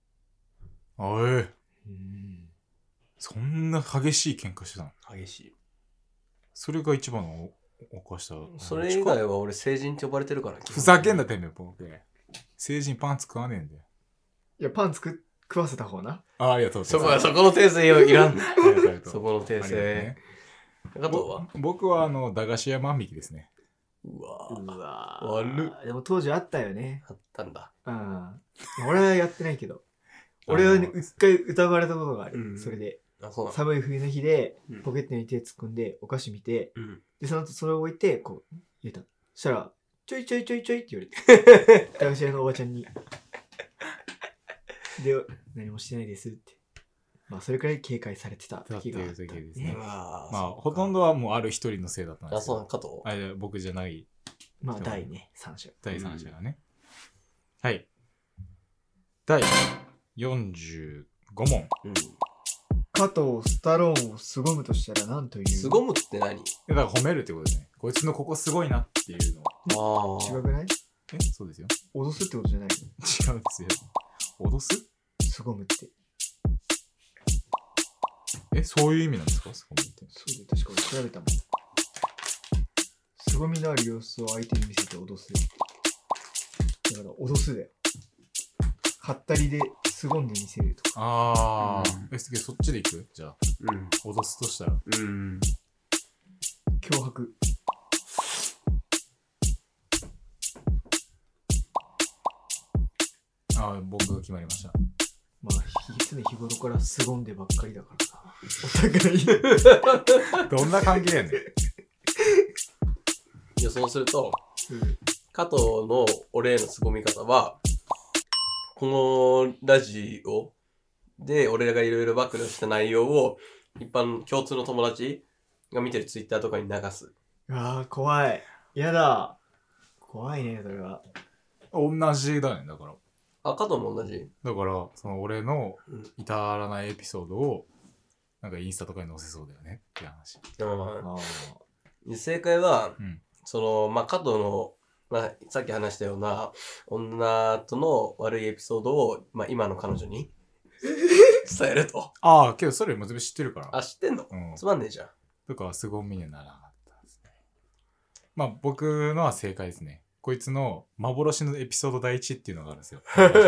そんな激しい喧嘩してたの？ 激しい。 それが一番の犯した。 それ以外は俺成人って呼ばれてるから。 ふざけんなてめえ、僕。成人パンツ食わねえんだよ。 いや、パン食わせた方な。 ありがとう。 そこの訂正いらんね。そこの訂正。 僕は駄菓子屋万引きですね。 うわ悪っ。でも当時あったよね。 あったんだ。 俺はやってないけど。俺はね、一回疑われたことがある。それで。寒い冬の日で、ポケットに手突っ込んで、お菓子見て、で、その後それを置いて、こう、入れた。そしたら、ちょいって言われて。駄菓子屋のおばちゃんに。で、何もしてないですって。それくらい警戒されてた時があったですね。 ほとんどはもうある一人のせいだったんですそうなのかと。 僕じゃない。 第3者。 第3者がね。はい。第45問。 加藤スタローンを凄むとしたら何という？ 凄むって何？ だから褒めるってことですね。こいつのここすごいなっていうのを。 違くない？ そうですよ。 脅すってことじゃないの？ 違うんですよ。脅す？ 凄むって。 そういう意味なんですか？凄むって。 そうで、確か調べたもん。凄みのある様子を相手に見せて脅す。だから脅すだよ。はったりで凄んで見せるとか。 そっちでいく？じゃあ。脅すとしたら。 脅迫。 僕が決まりました。 常日頃から凄んでばっかりだからな。 お互い。 どんな関係やねん。 予想すると、加藤の俺への凄み方は、このラジオで俺らがいろいろ暴露した内容を一般共通の友達が見てるツイッターとかに流す。 怖い。やだ。怖いね、それは。 同じだね、だから。 加藤も同じ。 だからその俺の至らないエピソードをなんかインスタとかに載せそうだよねって話。 正解は、加藤の、さっき話したような女との悪いエピソードを、今の彼女に伝えると。 ああ、けどそれも全部知ってるから。 あ、知ってんの？つまんねえじゃん。 とかは凄みにはならなかったですね。僕のは正解ですね。こいつの幻のエピソード第一っていうのがあるんですよ。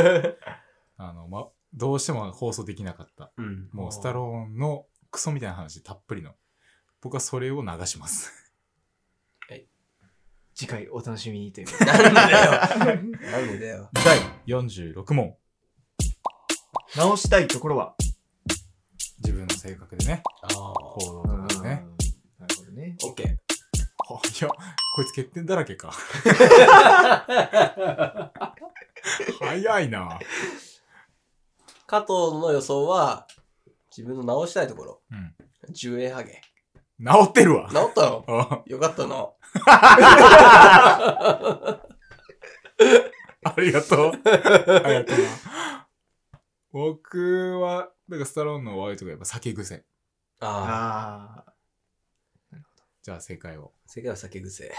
どうしても放送できなかった。もうスタローンのクソみたいな話たっぷりの。僕はそれを流します。 はい。次回お楽しみにという。 なんだよ。なんでだよ。 第46問。 直したいところは自分の性格でね。行動とかでね。 なるほどね。 OK。 いや、こいつ欠点だらけか。早いな。 加藤の予想は、自分の直したいところ。10円ハゲ。 直ってるわ。 直ったの？よかったな。 ありがとう。ありがとうな。僕は、だからスタローンの悪いとこやっぱ酒癖。 ああ。 なるほど。じゃあ正解を。 正解は酒癖。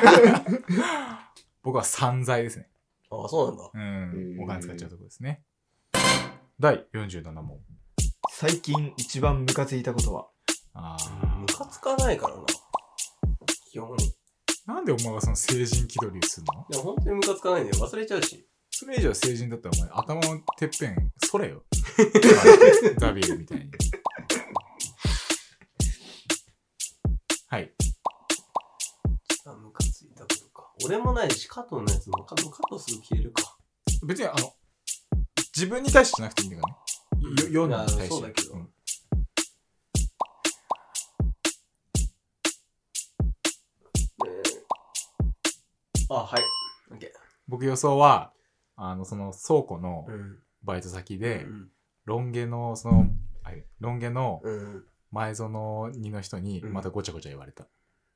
僕は散財ですね。 ああ、そうなんだ。 お金使っちゃうとこですね。第47問。 最近一番ムカついたことは？ ムカつかないからな。基本。 なんでお前はその成人気取りするの？ いや、本当にムカつかないんだよ。忘れちゃうし。 それ以上成人だったらお前頭のてっぺんそれよ。ザビエルみたいに。はい。 ムカついたことか。俺もないし、加藤のやつも加藤すぐ消えるか。 別に自分に対してじゃなくていいんだからね。世に対して。 そうだけど。はい。OK。 僕予想は、その倉庫のバイト先で、ロン毛の前園にの人にまたごちゃごちゃ言われた。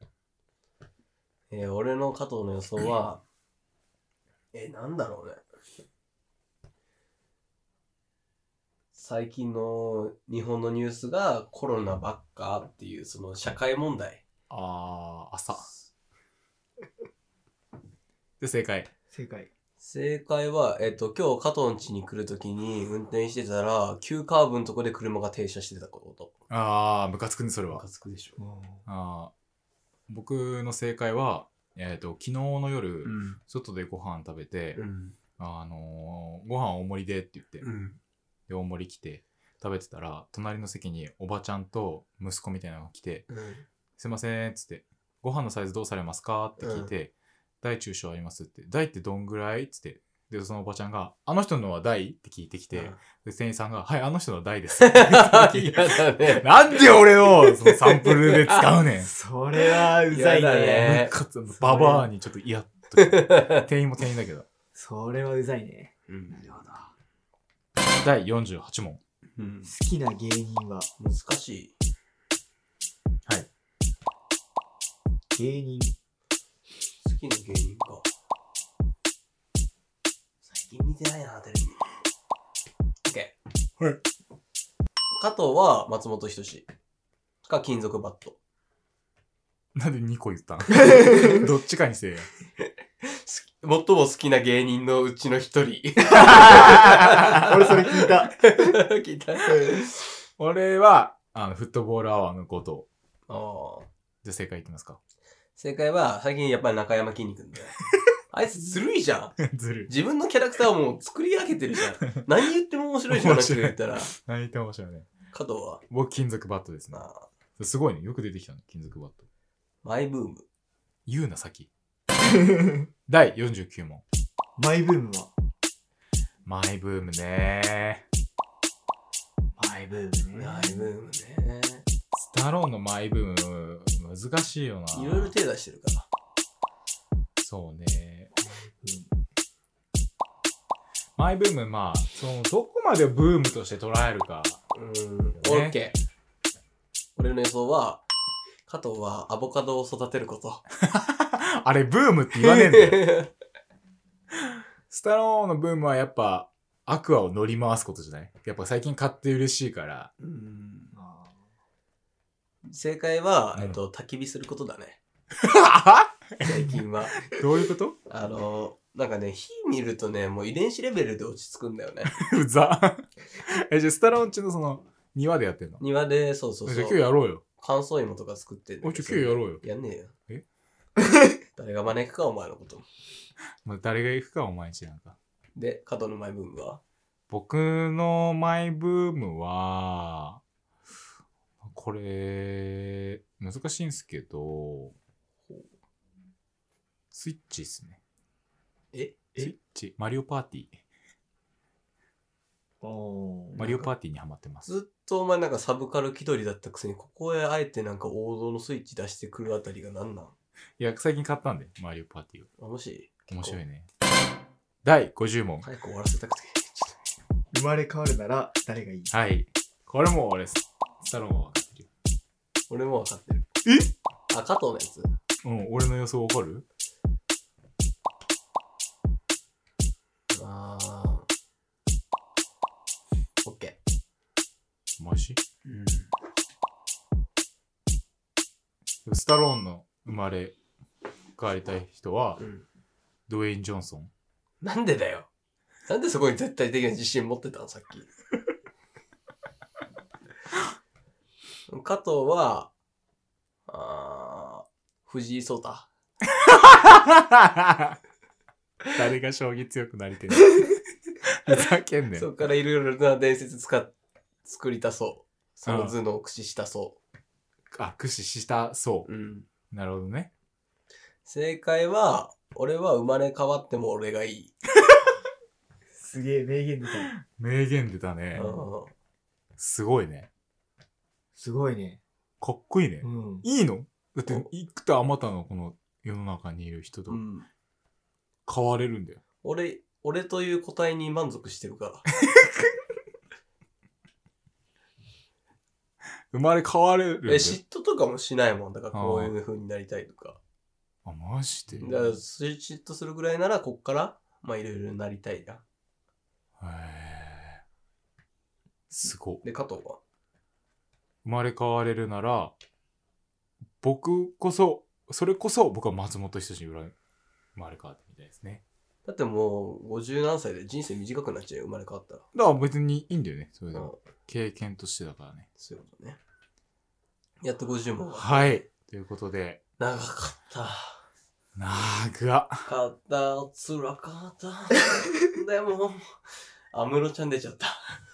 俺の加藤の予想は、なんだろうね。最近の日本のニュースがコロナばっかっていうその社会問題。 朝。で、正解は、今日加藤ん家に来るときに運転してたら、急カーブのとこで車が停車してたこと。 ムカつくね、それは。 ムカつくでしょ。 僕の正解は、昨日の夜、外でご飯食べて、ご飯大盛りでって言って、で、大盛り来て、食べてたら、隣の席におばちゃんと息子みたいなのが来て、すいません、つって、ご飯のサイズどうされますかって聞いて、大中小ありますって。大ってどんぐらいつって。で、そのおばちゃんが、あの人のは大って聞いてきて、で、店員さんが、はい、あの人の大です。なんで俺のそのサンプルで使うねん。 それはうざいね。 ババアにちょっと嫌と。店員も店員だけど。 それはうざいね。 第48問。 好きな芸人は？ 難しい。 はい。 芸人。 好きな芸人か。最近見てないな、テレビ。OK。 はい。 加藤は松本人志か金属バット。 なんで2個言ったん？どっちかにせえよ。 最も好きな芸人のうちの一人。 俺それ聞いた。 聞いた。 俺は、フットボールアワーのことを。じゃあ正解いきますか。 正解は、最近やっぱり中山きんに君で。あいつずるいじゃん。 ずるい。 自分のキャラクターをもう作り上げてるじゃん。何言っても面白いじゃん、話言ったら。 何言っても面白いね。 加藤は僕、金属バットですね。すごいね。よく出てきたね、金属バット。 マイブーム。 言うな、先。第49問。 マイブームは？ マイブームね。 マイブームね。 マイブームね。 スタローンのマイブーム、難しいよな。 いろいろ手出してるから。 そうね。マイブーム、どこまでブームとして捉えるか。 OK。俺の予想は、加藤はアボカドを育てること。 あれ、ブームって言わねえんだよ。スタローンのブームはやっぱ、アクアを乗り回すことじゃない？やっぱ最近買って嬉しいから。 正解は、焚き火することだね。最近は。 どういうこと？ なんかね、火見るとね、もう遺伝子レベルで落ち着くんだよね。 うざ。じゃあスタローンちのその庭でやってんの？ 庭で、そうそうそう。 じゃあ今日やろうよ。 乾燥芋とか作ってんの。今日やろうよ。 やんねえよ。 え誰が招くかお前のこと。 もう誰が行くかお前んちなんか。 で、加藤のマイブームは？ 僕のマイブームは、これ、難しいんですけど、スイッチですね。スイッチマリオパーティー。マリオパーティーにハマってます。 ずっとお前なんかサブカル気取りだったくせに、ここへあえてなんか王道のスイッチ出してくるあたりが何なん？ いや、最近買ったんで、マリオパーティーを。 面白いね。第50問。 早く終わらせたくて。 生まれ変わるなら誰がいい？ はい。これも俺、スタローンは分かってるよ。 俺も分かってる。加藤のやつ？ 俺の予想分かる？ オッケー。マジ？スタローンの生まれ変わりたい人は、ドウェイン・ジョンソン。 なんでだよ。なんでそこに絶対的な自信持ってたのさっき。加藤は、藤井聡太。 誰が将棋強くなりてんの？ふざけんねん。 そっからいろいろな伝説作りたそう。その頭脳を駆使したそう。 駆使したそう。なるほどね。 正解は、俺は生まれ変わっても俺がいい。 すげえ、名言出た。 名言出たね。すごいね。 すごいね。 かっこいいね。いいの？だって、幾多あまたのこの世の中にいる人と変われるんだよ。 俺という答えに満足してるから。 生まれ変われるんだよ。 嫉妬とかもしないもん。だからこういう風になりたいとか。 マジで？ だから嫉妬するぐらいならこっからまあいろいろなりたいな。 すご。 で、加藤は？ 生まれ変われるなら、それこそ僕は松本人志に生まれ変わってみたいですね。 だってもう50何歳で人生短くなっちゃうよ、生まれ変わったら。 だから別にいいんだよね、それでも。経験としてだからね。 そういうことね。やっと50問。 はい。ということで。 長かった。 辛かった。でも、安室ちゃん出ちゃった。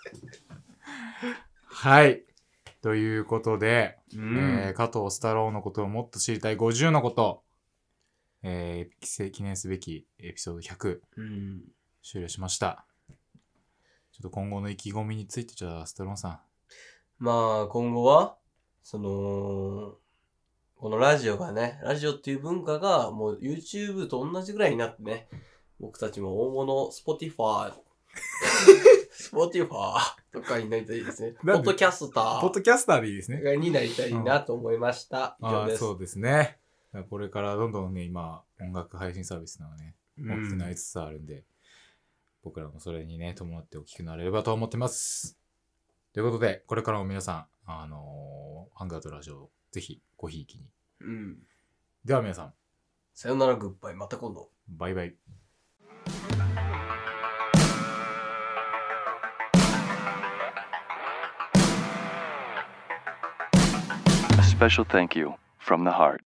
はい。ということで、加藤スタローのことをもっと知りたい50のこと、記念すべきエピソード100、終了しました。ちょっと今後の意気込みについて、じゃあ、スタローンさん。 まあ、今後は、このラジオがね、ラジオっていう文化がもう YouTube と同じぐらいになってね、僕たちも大物 Spotify とかになりたいですね。ポッドキャスターでいいですね。 になりたいなと思いました。以上です。 そうですね。これからどんどんね、今、音楽配信サービスなのね、大きくなりつつあるんで、僕らもそれにね、伴って大きくなれればと思ってます。ということで、これからも皆さん、ハンガーとラジオ、ぜひごひいきに。では皆さん。 さよならグッバイ。また今度。 バイバイ。 A special thank you from the heart.